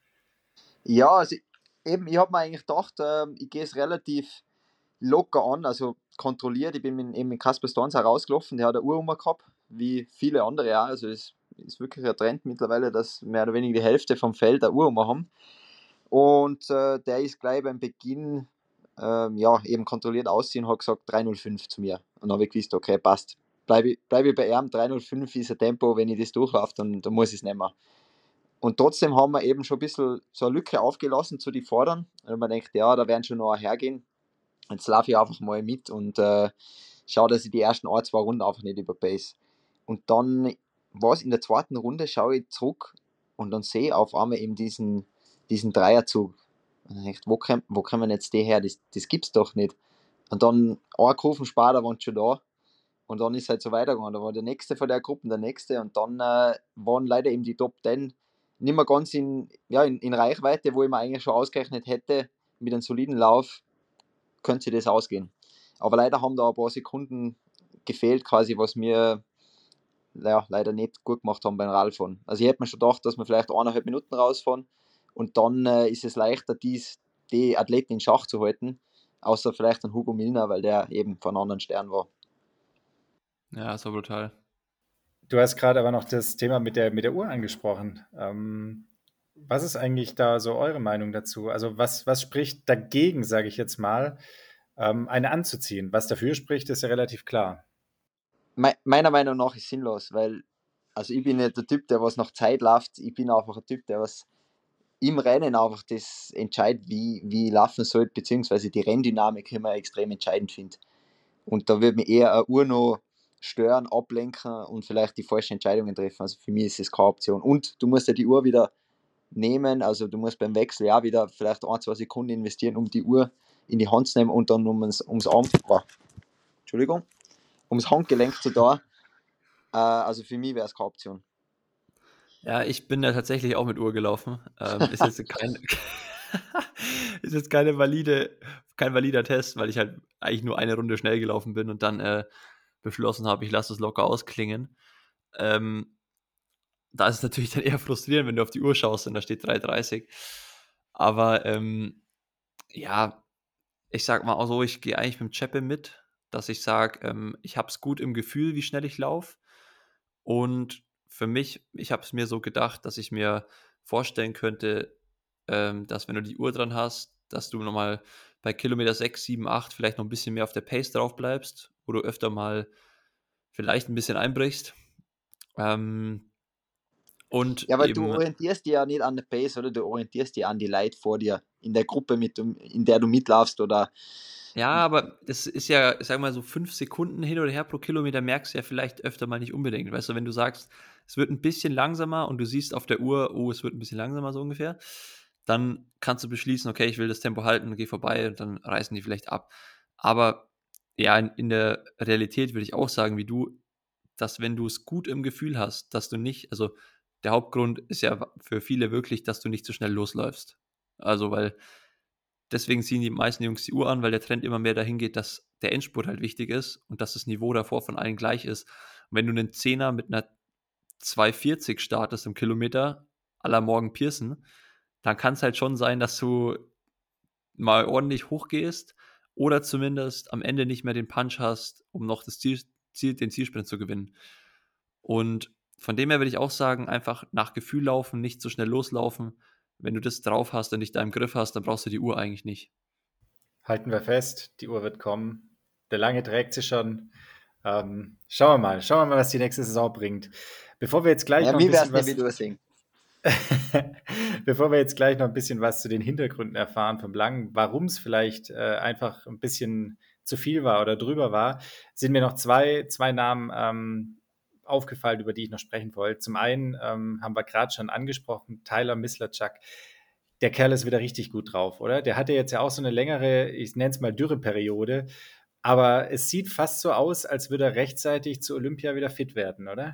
Ja, also eben, ich habe mir eigentlich gedacht, ähm, ich gehe es relativ locker an, also kontrolliert. Ich bin mit, eben mit Kasper Stons herausgelaufen, der hat eine Uhr um gehabt, wie viele andere auch. Also es ist wirklich ein Trend mittlerweile, dass mehr oder weniger die Hälfte vom Feld eine Uhr haben. Und äh, der ist gleich beim Beginn ähm, ja, eben kontrolliert ausziehen und hat gesagt drei null fünf zu mir. Und dann habe ich gewusst, okay, passt. Bleibe ich, bleib ich bei ihm, drei null fünf ist ein Tempo, wenn ich das durchlaufe, dann, dann muss ich es nicht mehr. Und trotzdem haben wir eben schon ein bisschen so eine Lücke aufgelassen zu den Vordern. Und man denkt, ja, da werden schon noch hergehen. Jetzt laufe ich einfach mal mit und äh, schaue, dass ich die ersten ein, zwei Runden einfach nicht überpace. Und dann war es in der zweiten Runde, schaue ich zurück und dann sehe ich auf einmal eben diesen, diesen Dreierzug. Und dann denke ich, wo, kommt, wo kommen jetzt die her? Das, das gibt's doch nicht. Und dann ein Kurven später waren schon da. Und dann ist es halt so weitergegangen. Da war der nächste von der Gruppe, der nächste. Und dann äh, waren leider eben die Top zehn nicht mehr ganz in, ja, in, in Reichweite, wo ich mir eigentlich schon ausgerechnet hätte, mit einem soliden Lauf könnte sich das ausgehen. Aber leider haben da ein paar Sekunden gefehlt, quasi, was mir ja, leider nicht gut gemacht haben beim Radfahren. Also ich hätte mir schon gedacht, dass wir vielleicht eineinhalb Minuten rausfahren und dann äh, ist es leichter, dies, die Athleten in Schach zu halten, außer vielleicht ein Hugo Milner, weil der eben von einem anderen Stern war. Ja, so brutal. Du hast gerade aber noch das Thema mit der, mit der Uhr angesprochen. Ähm, was ist eigentlich da so eure Meinung dazu? Also was, was spricht dagegen, sage ich jetzt mal, ähm, eine anzuziehen? Was dafür spricht, ist ja relativ klar. Me meiner Meinung nach ist es sinnlos, weil also ich bin nicht der Typ, der was nach Zeit läuft. Ich bin einfach ein Typ, der was im Rennen einfach das entscheidet, wie, wie ich laufen soll, beziehungsweise die Renndynamik immer extrem entscheidend finde. Und da würde mich eher eine Uhr noch stören, ablenken und vielleicht die falschen Entscheidungen treffen. Also für mich ist das keine Option. Und du musst ja die Uhr wieder nehmen, also du musst beim Wechsel ja wieder vielleicht ein, zwei Sekunden investieren, um die Uhr in die Hand zu nehmen und dann ums, ums Arm, oh, Entschuldigung, ums Handgelenk zu da. Äh, also für mich wäre es keine Option. Ja, ich bin da tatsächlich auch mit Uhr gelaufen. Ähm, ist jetzt kein, ist jetzt keine valide, kein valider Test, weil ich halt eigentlich nur eine Runde schnell gelaufen bin und dann äh, beschlossen habe, ich lasse es locker ausklingen. Ähm, da ist es natürlich dann eher frustrierend, wenn du auf die Uhr schaust und da steht drei dreißig. Aber ähm, ja, ich sag mal auch so, ich gehe eigentlich mit dem Chepe mit, dass ich sage, ähm, ich habe es gut im Gefühl, wie schnell ich laufe. Und für mich, ich habe es mir so gedacht, dass ich mir vorstellen könnte, ähm, dass wenn du die Uhr dran hast, dass du nochmal bei Kilometer sechs, sieben, acht vielleicht noch ein bisschen mehr auf der Pace drauf bleibst, wo du öfter mal vielleicht ein bisschen einbrichst. Ähm, und Ja, weil du eben, orientierst dich ja nicht an der Pace, oder? Du orientierst dich an die Leute vor dir, in der Gruppe, mit, in der du mitlaufst, oder ja, aber das ist ja, sag mal, so fünf Sekunden hin oder her pro Kilometer merkst du ja vielleicht öfter mal nicht unbedingt. Weißt du, wenn du sagst, es wird ein bisschen langsamer und du siehst auf der Uhr, oh, es wird ein bisschen langsamer so ungefähr, dann kannst du beschließen, okay, ich will das Tempo halten und gehe vorbei und dann reißen die vielleicht ab. Aber ja, in, in der Realität würde ich auch sagen, wie du, dass wenn du es gut im Gefühl hast, dass du nicht, also der Hauptgrund ist ja für viele wirklich, dass du nicht so schnell losläufst. Also, weil deswegen ziehen die meisten Jungs die Uhr an, weil der Trend immer mehr dahin geht, dass der Endspurt halt wichtig ist und dass das Niveau davor von allen gleich ist. Und wenn du einen Zehner mit einer zwei vierzig startest im Kilometer, à la Morgan Pearson, dann kann es halt schon sein, dass du mal ordentlich hochgehst oder zumindest am Ende nicht mehr den Punch hast, um noch das Ziel, Ziel, den Zielsprint zu gewinnen. Und von dem her würde ich auch sagen, einfach nach Gefühl laufen, nicht so schnell loslaufen. Wenn du das drauf hast und dich da im Griff hast, dann brauchst du die Uhr eigentlich nicht. Halten wir fest, die Uhr wird kommen. Der Lange trägt sie schon. Ähm, schauen wir mal, schauen wir mal, was die nächste Saison bringt. Bevor wir jetzt gleich ja, noch ein mir wäre es bisschen nicht, was wie du es sehen. Bevor wir jetzt gleich noch ein bisschen was zu den Hintergründen erfahren vom Langen, warum es vielleicht äh, einfach ein bisschen zu viel war oder drüber war, sind mir noch zwei, zwei Namen ähm, aufgefallen, über die ich noch sprechen wollte. Zum einen ähm, haben wir gerade schon angesprochen, Tyler Mislachuk. Der Kerl ist wieder richtig gut drauf, oder? Der hatte jetzt ja auch so eine längere, ich nenne es mal Dürreperiode, aber es sieht fast so aus, als würde er rechtzeitig zu Olympia wieder fit werden, oder?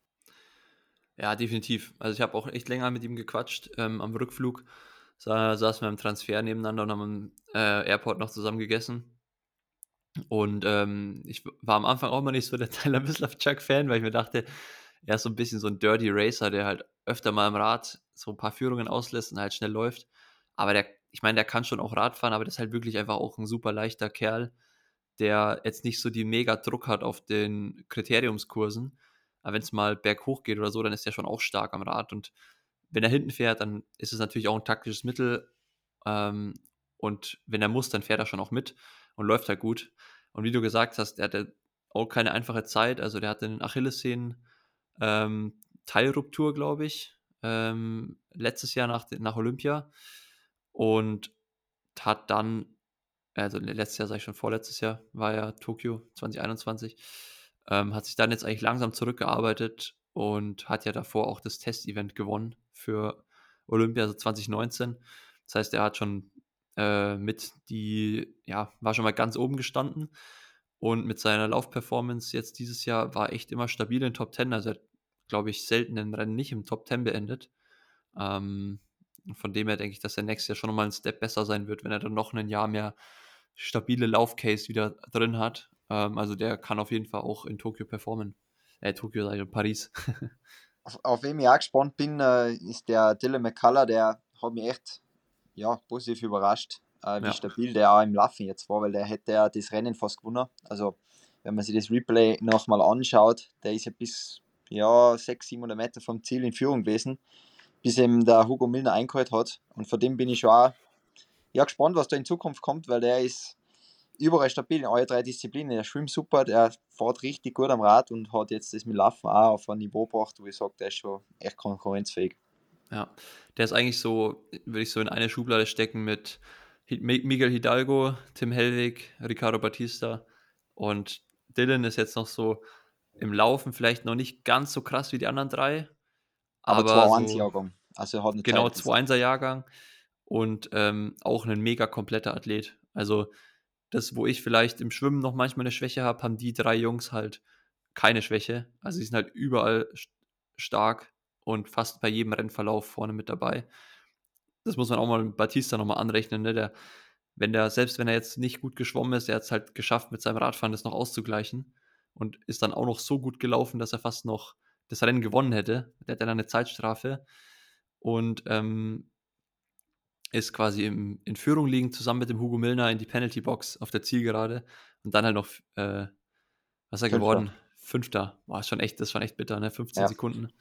Ja, definitiv. Also ich habe auch echt länger mit ihm gequatscht. Ähm, am Rückflug sa saßen wir im Transfer nebeneinander und haben am äh, Airport noch zusammen gegessen. Und ähm, ich war am Anfang auch mal nicht so der Tyler Mislachuk-Fan, weil ich mir dachte, er ist so ein bisschen so ein Dirty Racer, der halt öfter mal im Rad so ein paar Führungen auslässt und halt schnell läuft. Aber der, ich meine, der kann schon auch Rad fahren, aber das ist halt wirklich einfach auch ein super leichter Kerl, der jetzt nicht so die mega Druck hat auf den Kriteriumskursen. Aber wenn es mal berghoch geht oder so, dann ist er schon auch stark am Rad. Und wenn er hinten fährt, dann ist es natürlich auch ein taktisches Mittel. Ähm, und wenn er muss, dann fährt er schon auch mit und läuft halt gut. Und wie du gesagt hast, er hatte auch keine einfache Zeit. Also der hatte einen Achillessehnen ähm, Teilruptur, glaube ich, ähm, letztes Jahr nach, nach Olympia. Und hat dann, also letztes Jahr sage ich schon, vorletztes Jahr war ja Tokio zwanzig einundzwanzig, ähm, hat sich dann jetzt eigentlich langsam zurückgearbeitet und hat ja davor auch das Testevent gewonnen für Olympia, also zwanzig neunzehn. Das heißt, er hat schon äh, mit die, ja, war schon mal ganz oben gestanden und mit seiner Laufperformance jetzt dieses Jahr war echt immer stabil in den Top zehn, also er hat, glaube ich, selten ein Rennen nicht im Top zehn beendet. Ähm, von dem her denke ich, dass er nächstes Jahr schon nochmal ein Step besser sein wird, wenn er dann noch ein Jahr mehr stabile Laufcase wieder drin hat. Ähm, also der kann auf jeden Fall auch in Tokio performen. Äh, Tokio, sag ich, in Paris. Auf, auf wen ich auch gespannt bin, äh, ist der Dylan McCullough, der hat mich echt ja, positiv überrascht, äh, wie Ja. stabil der auch im Laufen jetzt war, weil der hätte ja das Rennen fast gewonnen. Also wenn man sich das Replay nochmal anschaut, der ist ja bis ja, sechshundert, siebenhundert Meter vom Ziel in Führung gewesen, bis eben der Hugo Milner eingeholt hat. Und von dem bin ich schon auch ja, gespannt, was da in Zukunft kommt, weil der ist überall stabil in alle drei Disziplinen. Der schwimmt super, der fährt richtig gut am Rad und hat jetzt das mit Laufen auch auf ein Niveau gebracht, wo ich sage, der ist schon echt konkurrenzfähig. Ja, der ist eigentlich so, würde ich so in eine Schublade stecken mit Miguel Hidalgo, Tim Hellwig, Ricardo Batista und Dylan ist jetzt noch so im Laufen vielleicht noch nicht ganz so krass wie die anderen drei, Aber aber zwei eins so Jahrgang, also er hat eine genau Zeit. zwei Einser Jahrgang und ähm, auch ein mega kompletter Athlet. Also das, wo ich vielleicht im Schwimmen noch manchmal eine Schwäche habe, haben die drei Jungs halt keine Schwäche. Also sie sind halt überall stark und fast bei jedem Rennverlauf vorne mit dabei. Das muss man auch mal mit Batista nochmal anrechnen, ne? Der, wenn der, selbst wenn er jetzt nicht gut geschwommen ist, er hat es halt geschafft, mit seinem Radfahren das noch auszugleichen und ist dann auch noch so gut gelaufen, dass er fast noch das Rennen gewonnen hätte. Der hat dann eine Zeitstrafe und ähm, ist quasi im, in Führung liegend zusammen mit dem Hugo Milner in die Penalty Box auf der Zielgerade und dann halt noch, äh, was ist er Fünfter. geworden? Fünfter. War schon echt, das ist schon echt bitter, ne? fünfzehn Ja. Sekunden.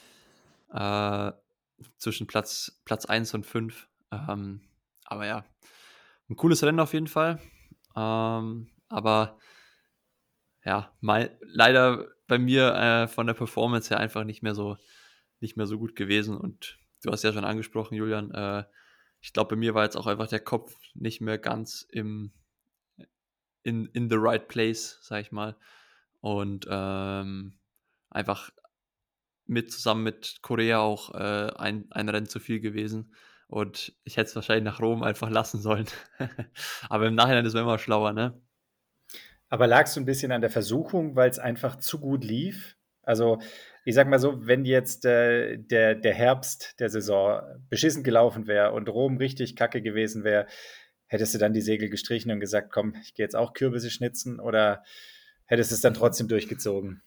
Äh, zwischen Platz, Platz eins und fünf. Ähm, aber ja, ein cooles Rennen auf jeden Fall. Ähm, aber ja, mein, leider bei mir äh, von der Performance her einfach nicht mehr so, nicht mehr so gut gewesen. Und du hast ja schon angesprochen, Julian, äh, ich glaube, bei mir war jetzt auch einfach der Kopf nicht mehr ganz im in, in the right place, sag ich mal. Und ähm, einfach mit zusammen mit Korea auch äh, ein, ein Rennen zu viel gewesen. Und ich hätte es wahrscheinlich nach Rom einfach lassen sollen. Aber im Nachhinein ist man immer schlauer, ne? Aber lagst du ein bisschen an der Versuchung, weil es einfach zu gut lief? Also, ich sag mal so, wenn jetzt äh, der, der Herbst der Saison beschissen gelaufen wäre und Rom richtig kacke gewesen wäre, hättest du dann die Segel gestrichen und gesagt, komm, ich gehe jetzt auch Kürbisse schnitzen oder hättest du es dann trotzdem durchgezogen?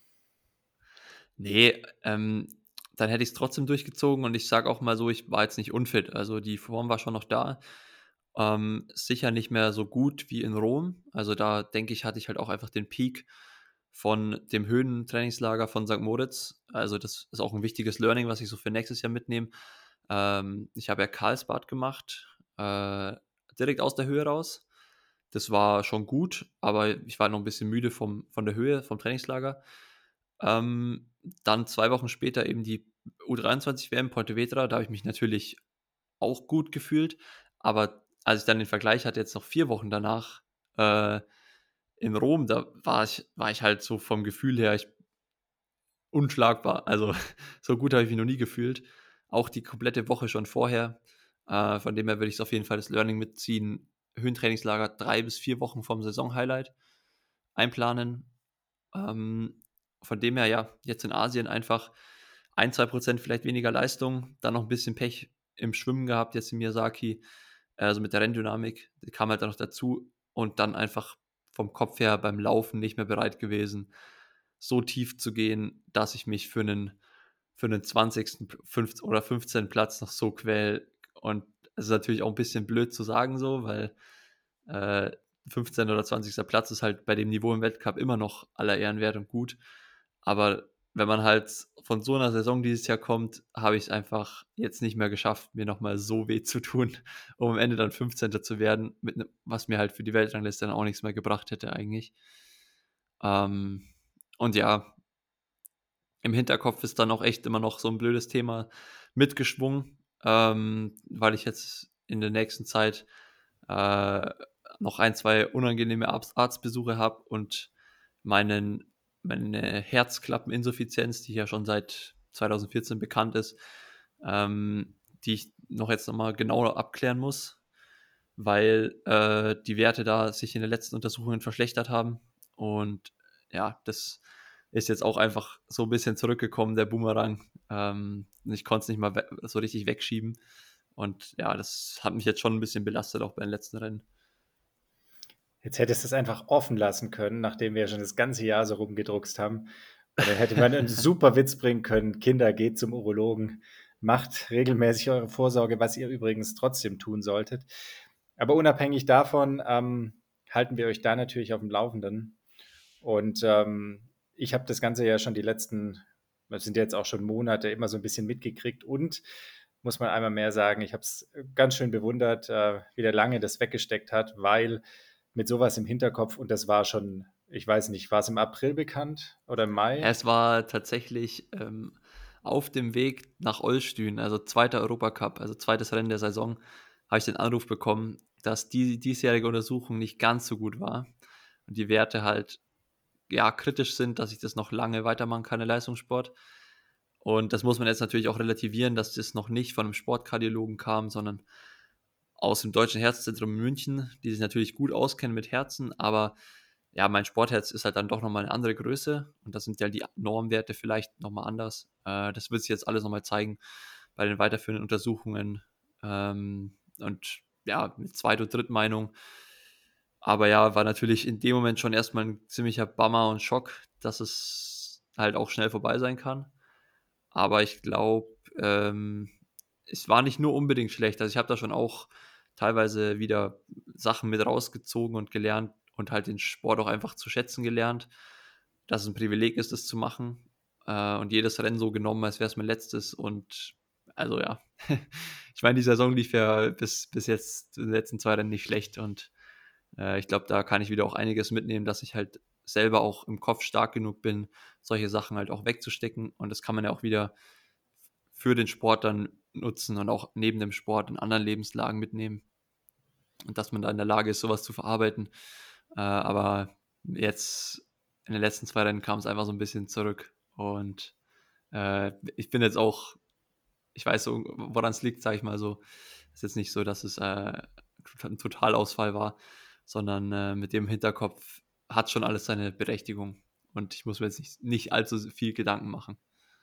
Nee, ähm, dann hätte ich es trotzdem durchgezogen und ich sage auch mal so, ich war jetzt nicht unfit. Also die Form war schon noch da. Ähm, sicher nicht mehr so gut wie in Rom. Also da denke ich, hatte ich halt auch einfach den Peak von dem Höhentrainingslager von Sankt Moritz. Also das ist auch ein wichtiges Learning, was ich so für nächstes Jahr mitnehme. Ähm, ich habe ja Karlsbad gemacht, äh, direkt aus der Höhe raus. Das war schon gut, aber ich war noch ein bisschen müde vom, von der Höhe, vom Trainingslager. Ähm, dann zwei Wochen später eben die U dreiundzwanzig W M Pontevedra. Da habe ich mich natürlich auch gut gefühlt. Aber als ich dann den Vergleich hatte, jetzt noch vier Wochen danach äh, in Rom, da war ich, war ich halt so vom Gefühl her ich, unschlagbar. Also so gut habe ich mich noch nie gefühlt. Auch die komplette Woche schon vorher. Äh, von dem her würde ich auf jeden Fall das Learning mitziehen. Höhentrainingslager drei bis vier Wochen vom Saisonhighlight einplanen. Ähm, von dem her, ja, jetzt in Asien einfach ein, zwei Prozent vielleicht weniger Leistung, dann noch ein bisschen Pech im Schwimmen gehabt, jetzt in Miyazaki, also mit der Renndynamik, die kam halt dann noch dazu und dann einfach vom Kopf her beim Laufen nicht mehr bereit gewesen, so tief zu gehen, dass ich mich für einen, für einen zwanzigsten fünfzehnten oder fünfzehnten Platz noch so quäl. Und es ist natürlich auch ein bisschen blöd zu sagen so, weil äh, fünfzehnter oder zwanzigster Platz ist halt bei dem Niveau im Weltcup immer noch aller Ehren wert und gut. Aber wenn man halt von so einer Saison dieses Jahr kommt, habe ich es einfach jetzt nicht mehr geschafft, mir nochmal so weh zu tun, um am Ende dann fünfzehnter zu werden, mit ne, was mir halt für die Weltrangliste dann auch nichts mehr gebracht hätte eigentlich. Ähm, und ja, im Hinterkopf ist dann auch echt immer noch so ein blödes Thema mitgeschwungen, ähm, weil ich jetzt in der nächsten Zeit äh, noch ein, zwei unangenehme Arzt- Arztbesuche habe und meinen, meine Herzklappeninsuffizienz, die ja schon seit zwanzig vierzehn bekannt ist, ähm, die ich noch jetzt nochmal genauer abklären muss, weil äh, die Werte da sich in den letzten Untersuchungen verschlechtert haben. Und ja, das ist jetzt auch einfach so ein bisschen zurückgekommen, der Boomerang. Ähm, ich konnte es nicht mal so richtig wegschieben. Und ja, das hat mich jetzt schon ein bisschen belastet, auch bei den letzten Rennen. Jetzt hättest du es einfach offen lassen können, nachdem wir schon das ganze Jahr so rumgedruckst haben. Und dann hätte man einen super Witz bringen können. Kinder, geht zum Urologen, macht regelmäßig eure Vorsorge, was ihr übrigens trotzdem tun solltet. Aber unabhängig davon ähm, halten wir euch da natürlich auf dem Laufenden. Und ähm, ich habe das Ganze ja schon die letzten, das sind jetzt auch schon Monate, immer so ein bisschen mitgekriegt. Und muss man einmal mehr sagen, ich habe es ganz schön bewundert, äh, wie der Lange das weggesteckt hat, weil mit sowas im Hinterkopf, und das war schon, ich weiß nicht, war es im April bekannt oder im Mai? Es war tatsächlich ähm, auf dem Weg nach Olsztyn, also zweiter Europacup, also zweites Rennen der Saison, habe ich den Anruf bekommen, dass die diesjährige Untersuchung nicht ganz so gut war und die Werte halt ja kritisch sind, dass ich das noch lange weitermachen kann im Leistungssport. Und das muss man jetzt natürlich auch relativieren, dass das noch nicht von einem Sportkardiologen kam, sondern aus dem Deutschen Herzzentrum in München, die sich natürlich gut auskennen mit Herzen, aber ja, mein Sportherz ist halt dann doch nochmal eine andere Größe und das sind ja die Normwerte vielleicht nochmal anders. Äh, das wird sich jetzt alles nochmal zeigen bei den weiterführenden Untersuchungen ähm, und ja, mit Zweit- und Drittmeinung. Aber ja, war natürlich in dem Moment schon erstmal ein ziemlicher Bummer und Schock, dass es halt auch schnell vorbei sein kann. Aber ich glaube, ähm, es war nicht nur unbedingt schlecht. Also ich habe da schon auch teilweise wieder Sachen mit rausgezogen und gelernt und halt den Sport auch einfach zu schätzen gelernt, dass es ein Privileg ist, das zu machen. Äh, und jedes Rennen so genommen, als wäre es mein letztes. Und also ja, ich meine, die Saison lief ja bis, bis jetzt in den letzten zwei Rennen nicht schlecht. Und äh, ich glaube, da kann ich wieder auch einiges mitnehmen, dass ich halt selber auch im Kopf stark genug bin, solche Sachen halt auch wegzustecken. Und das kann man ja auch wieder für den Sport dann nutzen und auch neben dem Sport in anderen Lebenslagen mitnehmen. Und dass man da in der Lage ist, sowas zu verarbeiten. Äh, aber jetzt in den letzten zwei Rennen kam es einfach so ein bisschen zurück. Und äh, ich bin jetzt auch, ich weiß so, woran es liegt, sage ich mal so. Es ist jetzt nicht so, dass es äh, ein Totalausfall war, sondern äh, mit dem Hinterkopf hat schon alles seine Berechtigung. Und ich muss mir jetzt nicht, nicht allzu viel Gedanken machen.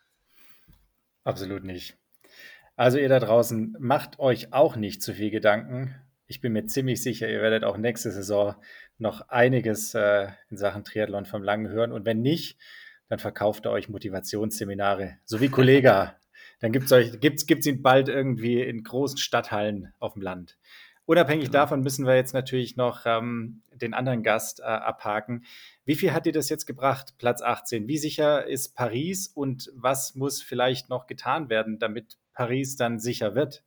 Absolut nicht. Also ihr da draußen, macht euch auch nicht zu viel Gedanken. Ich bin mir ziemlich sicher, ihr werdet auch nächste Saison noch einiges äh, in Sachen Triathlon vom Langen hören. Und wenn nicht, dann verkauft ihr euch Motivationsseminare, so wie Kollega. Dann gibt's euch, gibt's, gibt's ihn bald irgendwie in großen Stadthallen auf dem Land. Unabhängig Genau. davon müssen wir jetzt natürlich noch ähm, den anderen Gast äh, abhaken. Wie viel hat dir das jetzt gebracht, Platz achtzehn? Wie sicher ist Paris und was muss vielleicht noch getan werden, damit Paris dann sicher wird?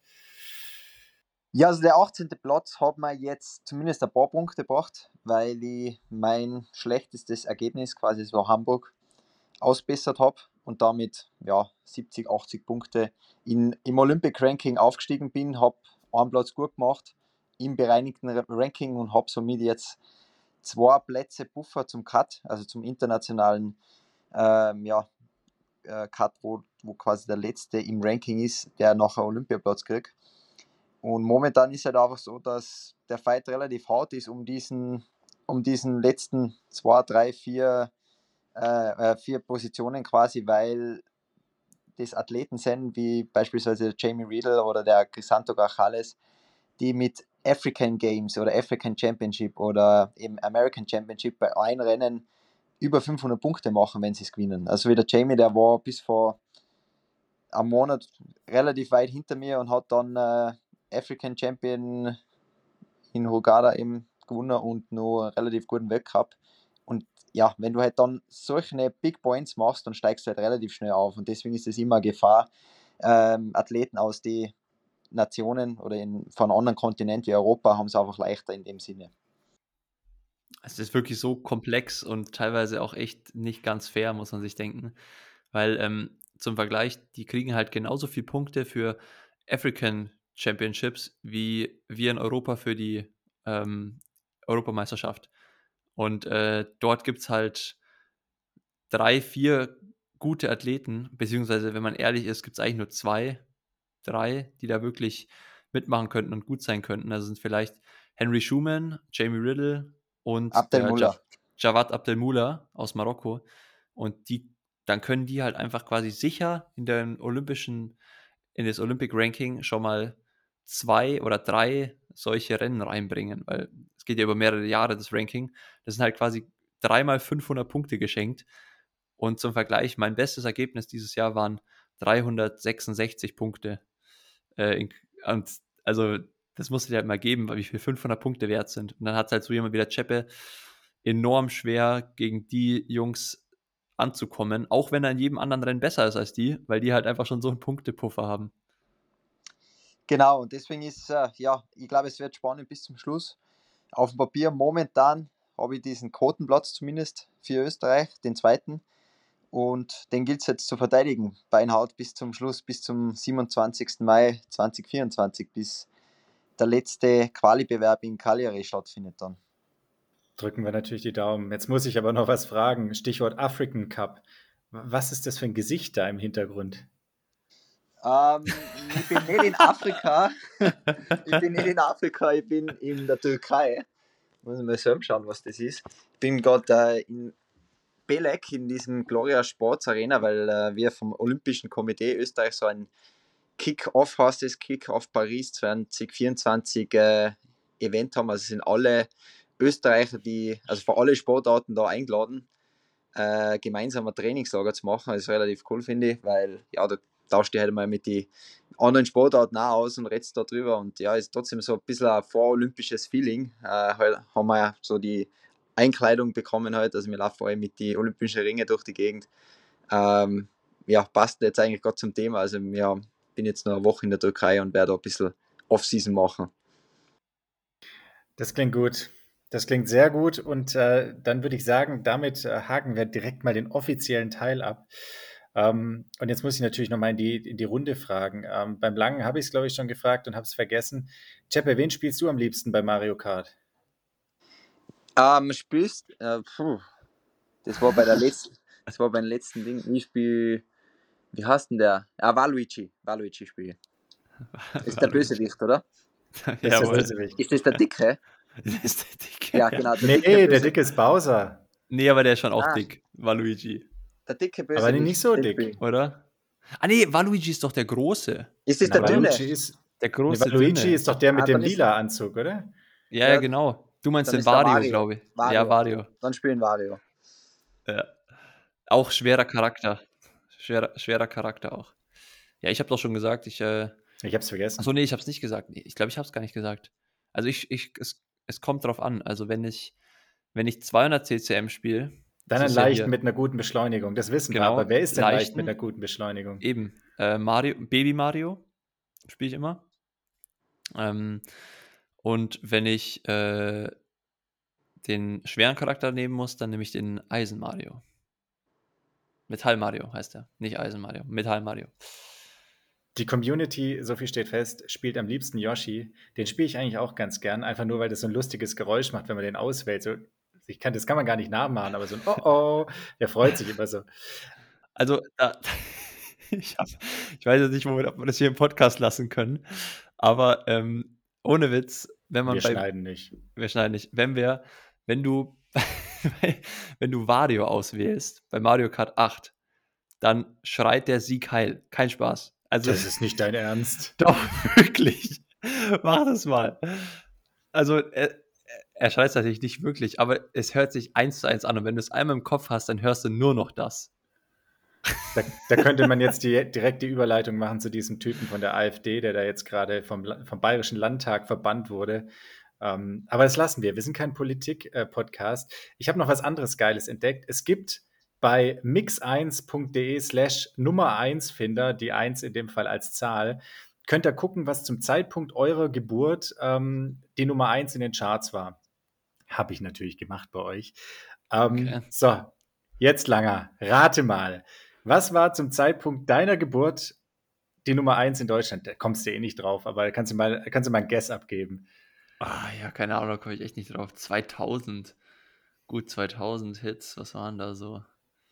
Ja, also der achtzehnte Platz hat mir jetzt zumindest ein paar Punkte gebracht, weil ich mein schlechtestes Ergebnis, quasi so Hamburg, ausbessert habe und damit ja, siebzig, achtzig Punkte in, im Olympic Ranking aufgestiegen bin, habe einen Platz gut gemacht im bereinigten Ranking und habe somit jetzt zwei Plätze Puffer zum Cut, also zum internationalen ähm, ja, äh, Cut, wo, wo quasi der letzte im Ranking ist, der nachher Olympiaplatz kriegt. Und momentan ist halt einfach so, dass der Fight relativ hart ist um diesen, um diesen letzten zwei, drei, vier, äh, vier Positionen quasi, weil das Athleten sind, wie beispielsweise Jamie Riedel oder der Crisanto Grajales, die mit African Games oder African Championship oder eben American Championship bei einem Rennen über fünfhundert Punkte machen, wenn sie es gewinnen. Also wie der Jamie, der war bis vor einem Monat relativ weit hinter mir und hat dann äh, African Champion in Hurghada eben gewonnen und noch einen relativ guten Weltcup. Und ja, wenn du halt dann solche Big Points machst, dann steigst du halt relativ schnell auf. Und deswegen ist es immer eine Gefahr, ähm, Athleten aus den Nationen oder in, von anderen Kontinenten wie Europa haben es einfach leichter in dem Sinne. Es ist wirklich so komplex und teilweise auch echt nicht ganz fair, muss man sich denken. Weil ähm, zum Vergleich, die kriegen halt genauso viele Punkte für African Championships wie wir in Europa für die ähm, Europameisterschaft. Und äh, dort gibt es halt drei, vier gute Athleten, beziehungsweise wenn man ehrlich ist, gibt es eigentlich nur zwei, drei, die da wirklich mitmachen könnten und gut sein könnten. Also sind vielleicht Henry Schumann, Jamie Riddle und der Abdelmullah. Jav- Javad Abdelmullah aus Marokko. Und die, dann können die halt einfach quasi sicher in den olympischen, in das Olympic Ranking schon mal zwei oder drei solche Rennen reinbringen, weil es geht ja über mehrere Jahre, das Ranking. Das sind halt quasi dreimal fünfhundert Punkte geschenkt. Und zum Vergleich, mein bestes Ergebnis dieses Jahr waren dreihundertsechsundsechzig Punkte. Äh, in, und also, das musst du dir halt mal geben, weil wie viel fünfhundert Punkte wert sind. Und dann hat es halt so jemand wie der Chepe enorm schwer, gegen die Jungs anzukommen, auch wenn er in jedem anderen Rennen besser ist als die, weil die halt einfach schon so einen Punktepuffer haben. Genau, und deswegen ist, äh, ja, ich glaube, es wird spannend bis zum Schluss. Auf dem Papier momentan habe ich diesen Quotenplatz zumindest für Österreich, den zweiten. Und den gilt es jetzt zu verteidigen. Beinhart bis zum Schluss, bis zum siebenundzwanzigsten Mai zweitausendvierundzwanzig, bis der letzte Quali-Bewerb in Cagliari stattfindet dann. Drücken wir natürlich die Daumen. Jetzt muss ich aber noch was fragen. Stichwort African Cup. Was ist das für ein Gesicht da im Hintergrund? Ähm, ich bin nicht in Afrika. ich bin nicht in Afrika, ich bin in der Türkei. Muss ich mal selber schauen, was das ist. Ich bin gerade äh, in Belek in diesem Gloria Sports Arena, weil äh, wir vom Olympischen Komitee Österreich so ein Kick-Off heißt es, Kick-Off Paris zwanzig vierundzwanzig äh, Event haben. Also sind alle Österreicher, die, also für alle Sportarten da eingeladen, äh, gemeinsam ein Trainingslager zu machen. Das ist relativ cool, finde ich, weil ja, da tauscht ihr halt mal mit den anderen Sportarten auch aus und redest da drüber. Und ja, ist trotzdem so ein bisschen ein vorolympisches Feeling. Äh, halt haben wir ja so die Einkleidung bekommen halt, also wir laufen alle mit den olympischen Ringen durch die Gegend. Ähm, ja, passt jetzt eigentlich gerade zum Thema. Also wir bin jetzt noch eine Woche in der Türkei und werde da ein bisschen Off-Season machen. Das klingt gut. Das klingt sehr gut. Und äh, dann würde ich sagen, damit äh, haken wir direkt mal den offiziellen Teil ab. Ähm, und jetzt muss ich natürlich nochmal in die, in die Runde fragen. Ähm, beim Langen habe ich es, glaube ich, schon gefragt und habe es vergessen. Chepe, wen spielst du am liebsten bei Mario Kart? Ähm, spielst, äh, puh, das war bei der letzten, das war beim letzten Ding. Ich spiele, wie heißt denn der? Ah, Waluigi. Waluigi spiele. Ist der Bösewicht, oder? Das ist der Bösewicht. Ist das der Dicke? Das ist der Dicke. Ja, genau. Der Nee, dicke der Böse- Dicke ist Bowser. Nee, aber der ist schon auch Ah. dick, Waluigi, Der dicke Aber Bösewicht. nicht so den dick. spiel ich. oder? Ah nee, Waluigi ist doch der Große. Ist das Na, der Dünne? Waluigi ist, Der nee, große Waluigi Dünne. ist doch der mit Ah, dem dann ist- lila Anzug, oder? Ja, ja, Ja, genau. Du meinst dann den ist der Wario, Wario. glaube ich. Wario. Ja, Wario. Dann spielen Wario. Ja. Auch schwerer Charakter. Schwerer, schwerer Charakter auch. Ja, ich habe doch schon gesagt, ich. Äh, Ich hab's vergessen. Achso, nee, ich habe es nicht gesagt. Nee, ich glaube, ich habe es gar nicht gesagt. Also ich, ich, es, es kommt drauf an. Also wenn ich, wenn ich zweihundert C C M spiele, Dann das ein ist ja leicht hier- mit einer guten Beschleunigung. Das wissen wir. Genau, Aber wer ist denn leicht leichten- mit einer guten Beschleunigung? eben äh, Mario, Baby Mario spiele ich immer. Ähm, und wenn ich äh, den schweren Charakter nehmen muss, dann nehme ich den Eisen Mario. Metall Mario heißt er, nicht Eisen Mario, Metall Mario. Die Community, so viel steht fest, spielt am liebsten Yoshi. Den spiele ich eigentlich auch ganz gern, einfach nur, weil das so ein lustiges Geräusch macht, wenn man den auswählt. So, ich kann, das kann man gar nicht nachmachen, aber so ein Oh-Oh, der freut sich immer so. Also, da, ich, hab, ich weiß jetzt nicht, wo wir, ob wir das hier im Podcast lassen können, aber ähm, ohne Witz, wenn man Wir bei, schneiden nicht. wir schneiden nicht, wenn wir, wenn du, wenn du Wario auswählst, bei Mario Kart acht, dann schreit der Sieg heil. Kein Spaß. Also, Das ist nicht dein Ernst. doch, wirklich. Mach das mal. Also, er, er schreit natürlich nicht wirklich, aber es hört sich eins zu eins an. Und wenn du es einmal im Kopf hast, dann hörst du nur noch das. Da, da könnte man jetzt die, direkt die Überleitung machen zu diesem Typen von der AfD, der da jetzt gerade vom, La- vom Bayerischen Landtag verbannt wurde, Ähm, aber das lassen wir. Wir sind kein Politik-Podcast. Ich habe noch was anderes Geiles entdeckt. Es gibt bei mix eins punkt de slash Nummer eins Finder, die eins in dem Fall als Zahl, könnt ihr gucken, was zum Zeitpunkt eurer Geburt ähm, die Nummer eins in den Charts war. Habe ich natürlich gemacht bei euch. Ähm, Okay. So, jetzt Langer, rate mal. Was war zum Zeitpunkt deiner Geburt die Nummer eins in Deutschland? Da kommst du eh nicht drauf, aber kannst du mal, kannst du mal einen Guess abgeben. Ah, ja, keine Ahnung, da komme ich echt nicht drauf. zweitausend. Gut, zweitausend Hits, was waren da so?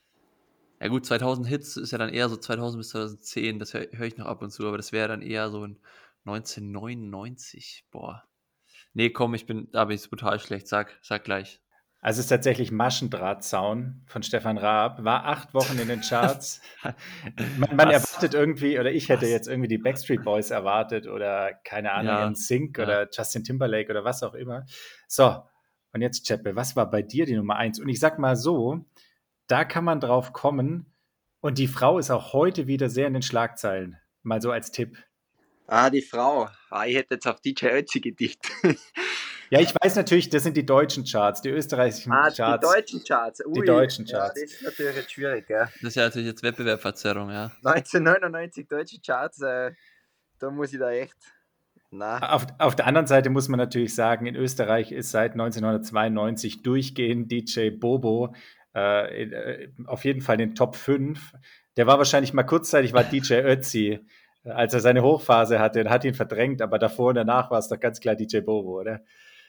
Ja gut, zweitausend Hits ist ja dann eher so zweitausend bis zweitausendzehn, das höre hör ich noch ab und zu, aber das wäre dann eher so in neunzehnhundertneunundneunzig. Boah. Nee, komm, ich bin, da bin ich brutal schlecht. Sag, sag gleich. Also es ist tatsächlich Maschendrahtzaun von Stefan Raab, war acht Wochen in den Charts. Man, man Was? erwartet irgendwie, oder ich hätte Was? jetzt irgendwie die Backstreet Boys erwartet oder keine Ahnung, Ja, N Sync ja. oder Justin Timberlake oder was auch immer. So, und jetzt Cheppe, was war bei dir die Nummer eins? Und ich sag mal so, da kann man drauf kommen und die Frau ist auch heute wieder sehr in den Schlagzeilen. Mal so als Tipp. Ah, die Frau. Ah, ich hätte jetzt auf D J Ötzi gedicht. Ja, ich weiß natürlich, das sind die deutschen Charts, die österreichischen Ah, Charts. die deutschen Charts. Ui, Die deutschen ja, Charts. das ist natürlich jetzt schwierig. Ja. Das ist ja natürlich jetzt Wettbewerbsverzerrung, ja. neunzehnhundertneunundneunzig deutsche Charts, äh, da muss ich da echt. Na. Auf, auf der anderen Seite muss man natürlich sagen, in Österreich ist seit neunzehnhundertzweiundneunzig durchgehend D J Bobo äh, in, äh, auf jeden Fall in den Top fünf. Der war wahrscheinlich mal kurzzeitig, war D J Ötzi, äh, als er seine Hochphase hatte, hat ihn verdrängt, aber davor und danach war es doch ganz klar D J Bobo, oder?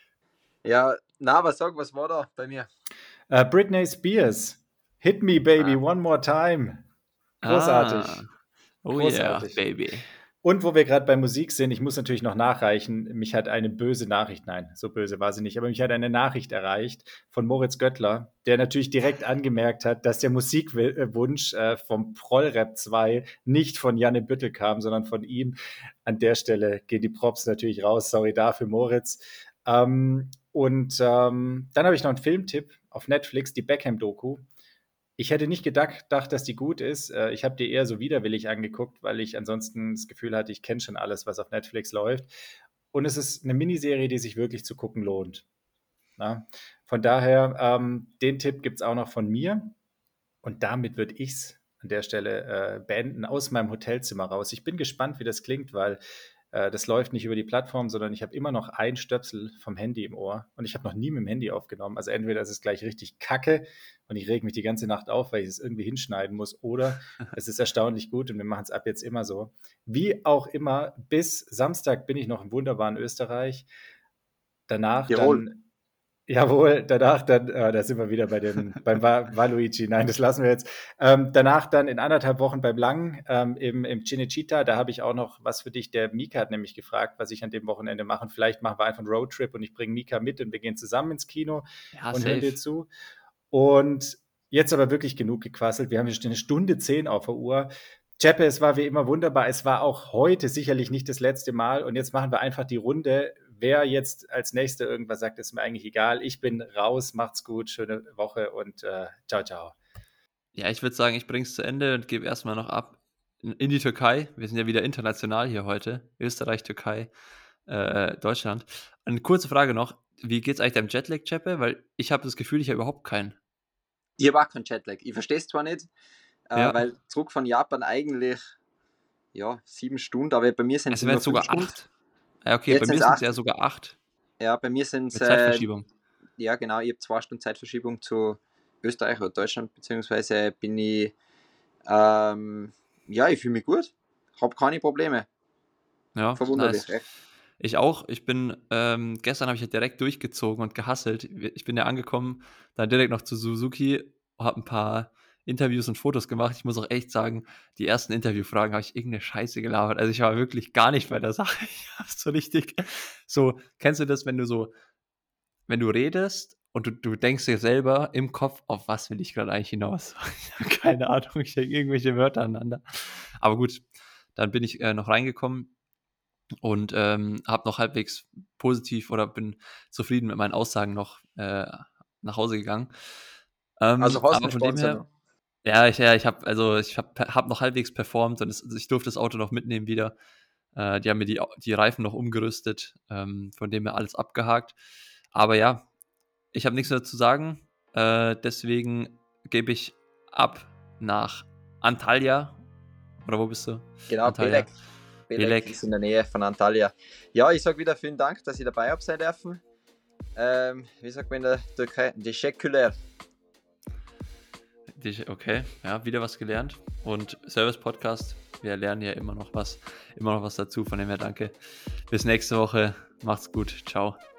Ja, na, aber sag, was war da bei mir? Äh, Britney Spears, Hit Me Baby Ah. One More Time. Großartig. Ah. Oh Großartig. yeah, baby. Und wo wir gerade bei Musik sind, ich muss natürlich noch nachreichen, mich hat eine böse Nachricht, nein, so böse war sie nicht, aber mich hat eine Nachricht erreicht von Moritz Göttler, der natürlich direkt angemerkt hat, dass der Musikwunsch äh, vom Prollrap zwei nicht von Janne Büttel kam, sondern von ihm. An der Stelle gehen die Props natürlich raus, sorry dafür, Moritz. Ähm, und ähm, dann habe ich noch einen Filmtipp auf Netflix, die Beckham-Doku. Ich hätte nicht gedacht, gedacht, dass die gut ist. Äh, Ich habe die eher so widerwillig angeguckt, weil ich ansonsten das Gefühl hatte, ich kenne schon alles, was auf Netflix läuft. Und es ist eine Miniserie, die sich wirklich zu gucken lohnt. Na? Von daher, ähm, den Tipp gibt es auch noch von mir. Und damit würde ich es an der Stelle äh, beenden aus meinem Hotelzimmer raus. Ich bin gespannt, wie das klingt, weil äh, das läuft nicht über die Plattform, sondern ich habe immer noch ein Stöpsel vom Handy im Ohr und ich habe noch nie mit dem Handy aufgenommen. Also entweder ist es gleich richtig kacke und ich rege mich die ganze Nacht auf, weil ich es irgendwie hinschneiden muss, oder es ist erstaunlich gut und wir machen es ab jetzt immer so. Wie auch immer, bis Samstag bin ich noch im wunderbaren Österreich. Danach Tirol. dann Jawohl, danach dann, äh, da sind wir wieder bei dem, beim Va- Valuigi, nein, das lassen wir jetzt. Ähm, danach dann in anderthalb Wochen beim Lang ähm, im, im Cinecittà, da habe ich auch noch was für dich. Der Mika hat nämlich gefragt, was ich an dem Wochenende mache. Und vielleicht machen wir einfach einen Roadtrip und ich bringe Mika mit und wir gehen zusammen ins Kino Ja, und hören dir safe. zu. Und jetzt aber wirklich genug gequasselt. Wir haben jetzt eine Stunde zehn auf der Uhr. Chepe, es war wie immer wunderbar. Es war auch heute sicherlich nicht das letzte Mal. Und jetzt machen wir einfach die Runde. Wer jetzt als Nächster irgendwas sagt, ist mir eigentlich egal. Ich bin raus. Macht's gut. Schöne Woche und äh, ciao, ciao. Ja, ich würde sagen, ich bring's zu Ende und gebe erstmal noch ab in in die Türkei. Wir sind ja wieder international hier heute. Österreich, Türkei, äh, Deutschland. Eine kurze Frage noch. Wie geht's eigentlich deinem Jetlag, Chepe? Weil ich habe das Gefühl, ich habe überhaupt keinen. Ich habe auch keinen Jetlag. Ich verstehe es zwar nicht, äh, Ja. weil zurück von Japan eigentlich ja, sieben Stunden, aber bei mir sind es Es wären sogar Stunden. acht. Ja, okay, Jetzt bei mir sind's sind es acht. ja sogar acht. Ja, bei mir sind es Mit äh, Zeitverschiebung. ja genau, ich habe zwei Stunden Zeitverschiebung zu Österreich oder Deutschland, beziehungsweise bin ich ähm, ja, ich fühle mich gut, habe keine Probleme. Ja, Verwunderlich, nice. echt. Ich auch. Ich bin, ähm, gestern habe ich ja direkt durchgezogen und gehasselt. Ich bin ja angekommen, dann direkt noch zu Suzuki, habe ein paar Interviews und Fotos gemacht. Ich muss auch echt sagen, die ersten Interviewfragen habe ich irgendeine Scheiße gelabert. Also ich war wirklich gar nicht bei der Sache. Ich habe so richtig, so, kennst du das, wenn du so, wenn du redest und du, du denkst dir selber im Kopf, auf was will ich gerade eigentlich hinaus? Ich habe keine Ahnung, ich denke irgendwelche Wörter aneinander. Aber gut, dann bin ich äh, noch reingekommen und ähm, habe noch halbwegs positiv oder bin zufrieden mit meinen Aussagen noch äh, nach Hause gegangen. Ähm, Also hast du aber einen von dem Sponsor her, noch? ja, ich, ja, ich habe also ich habe hab noch halbwegs performt und es, ich durfte das Auto noch mitnehmen wieder. Äh, die haben mir die, die Reifen noch umgerüstet, ähm, von dem her alles abgehakt. Aber ja, ich habe nichts mehr zu sagen. Äh, deswegen gebe ich ab nach Antalya. Oder wo bist du? Genau, Antalya. Belek. Belek Belek. ist in der Nähe von Antalya. Ja, ich sage wieder vielen Dank, dass ich dabei habe sein dürfen. Ähm, wie sagt man in der Türkei? Teşekkürler. Okay, ja, wieder was gelernt. Und Service Podcast, wir lernen ja immer noch was, immer noch was dazu. Von dem her danke. Bis nächste Woche. Macht's gut. Ciao.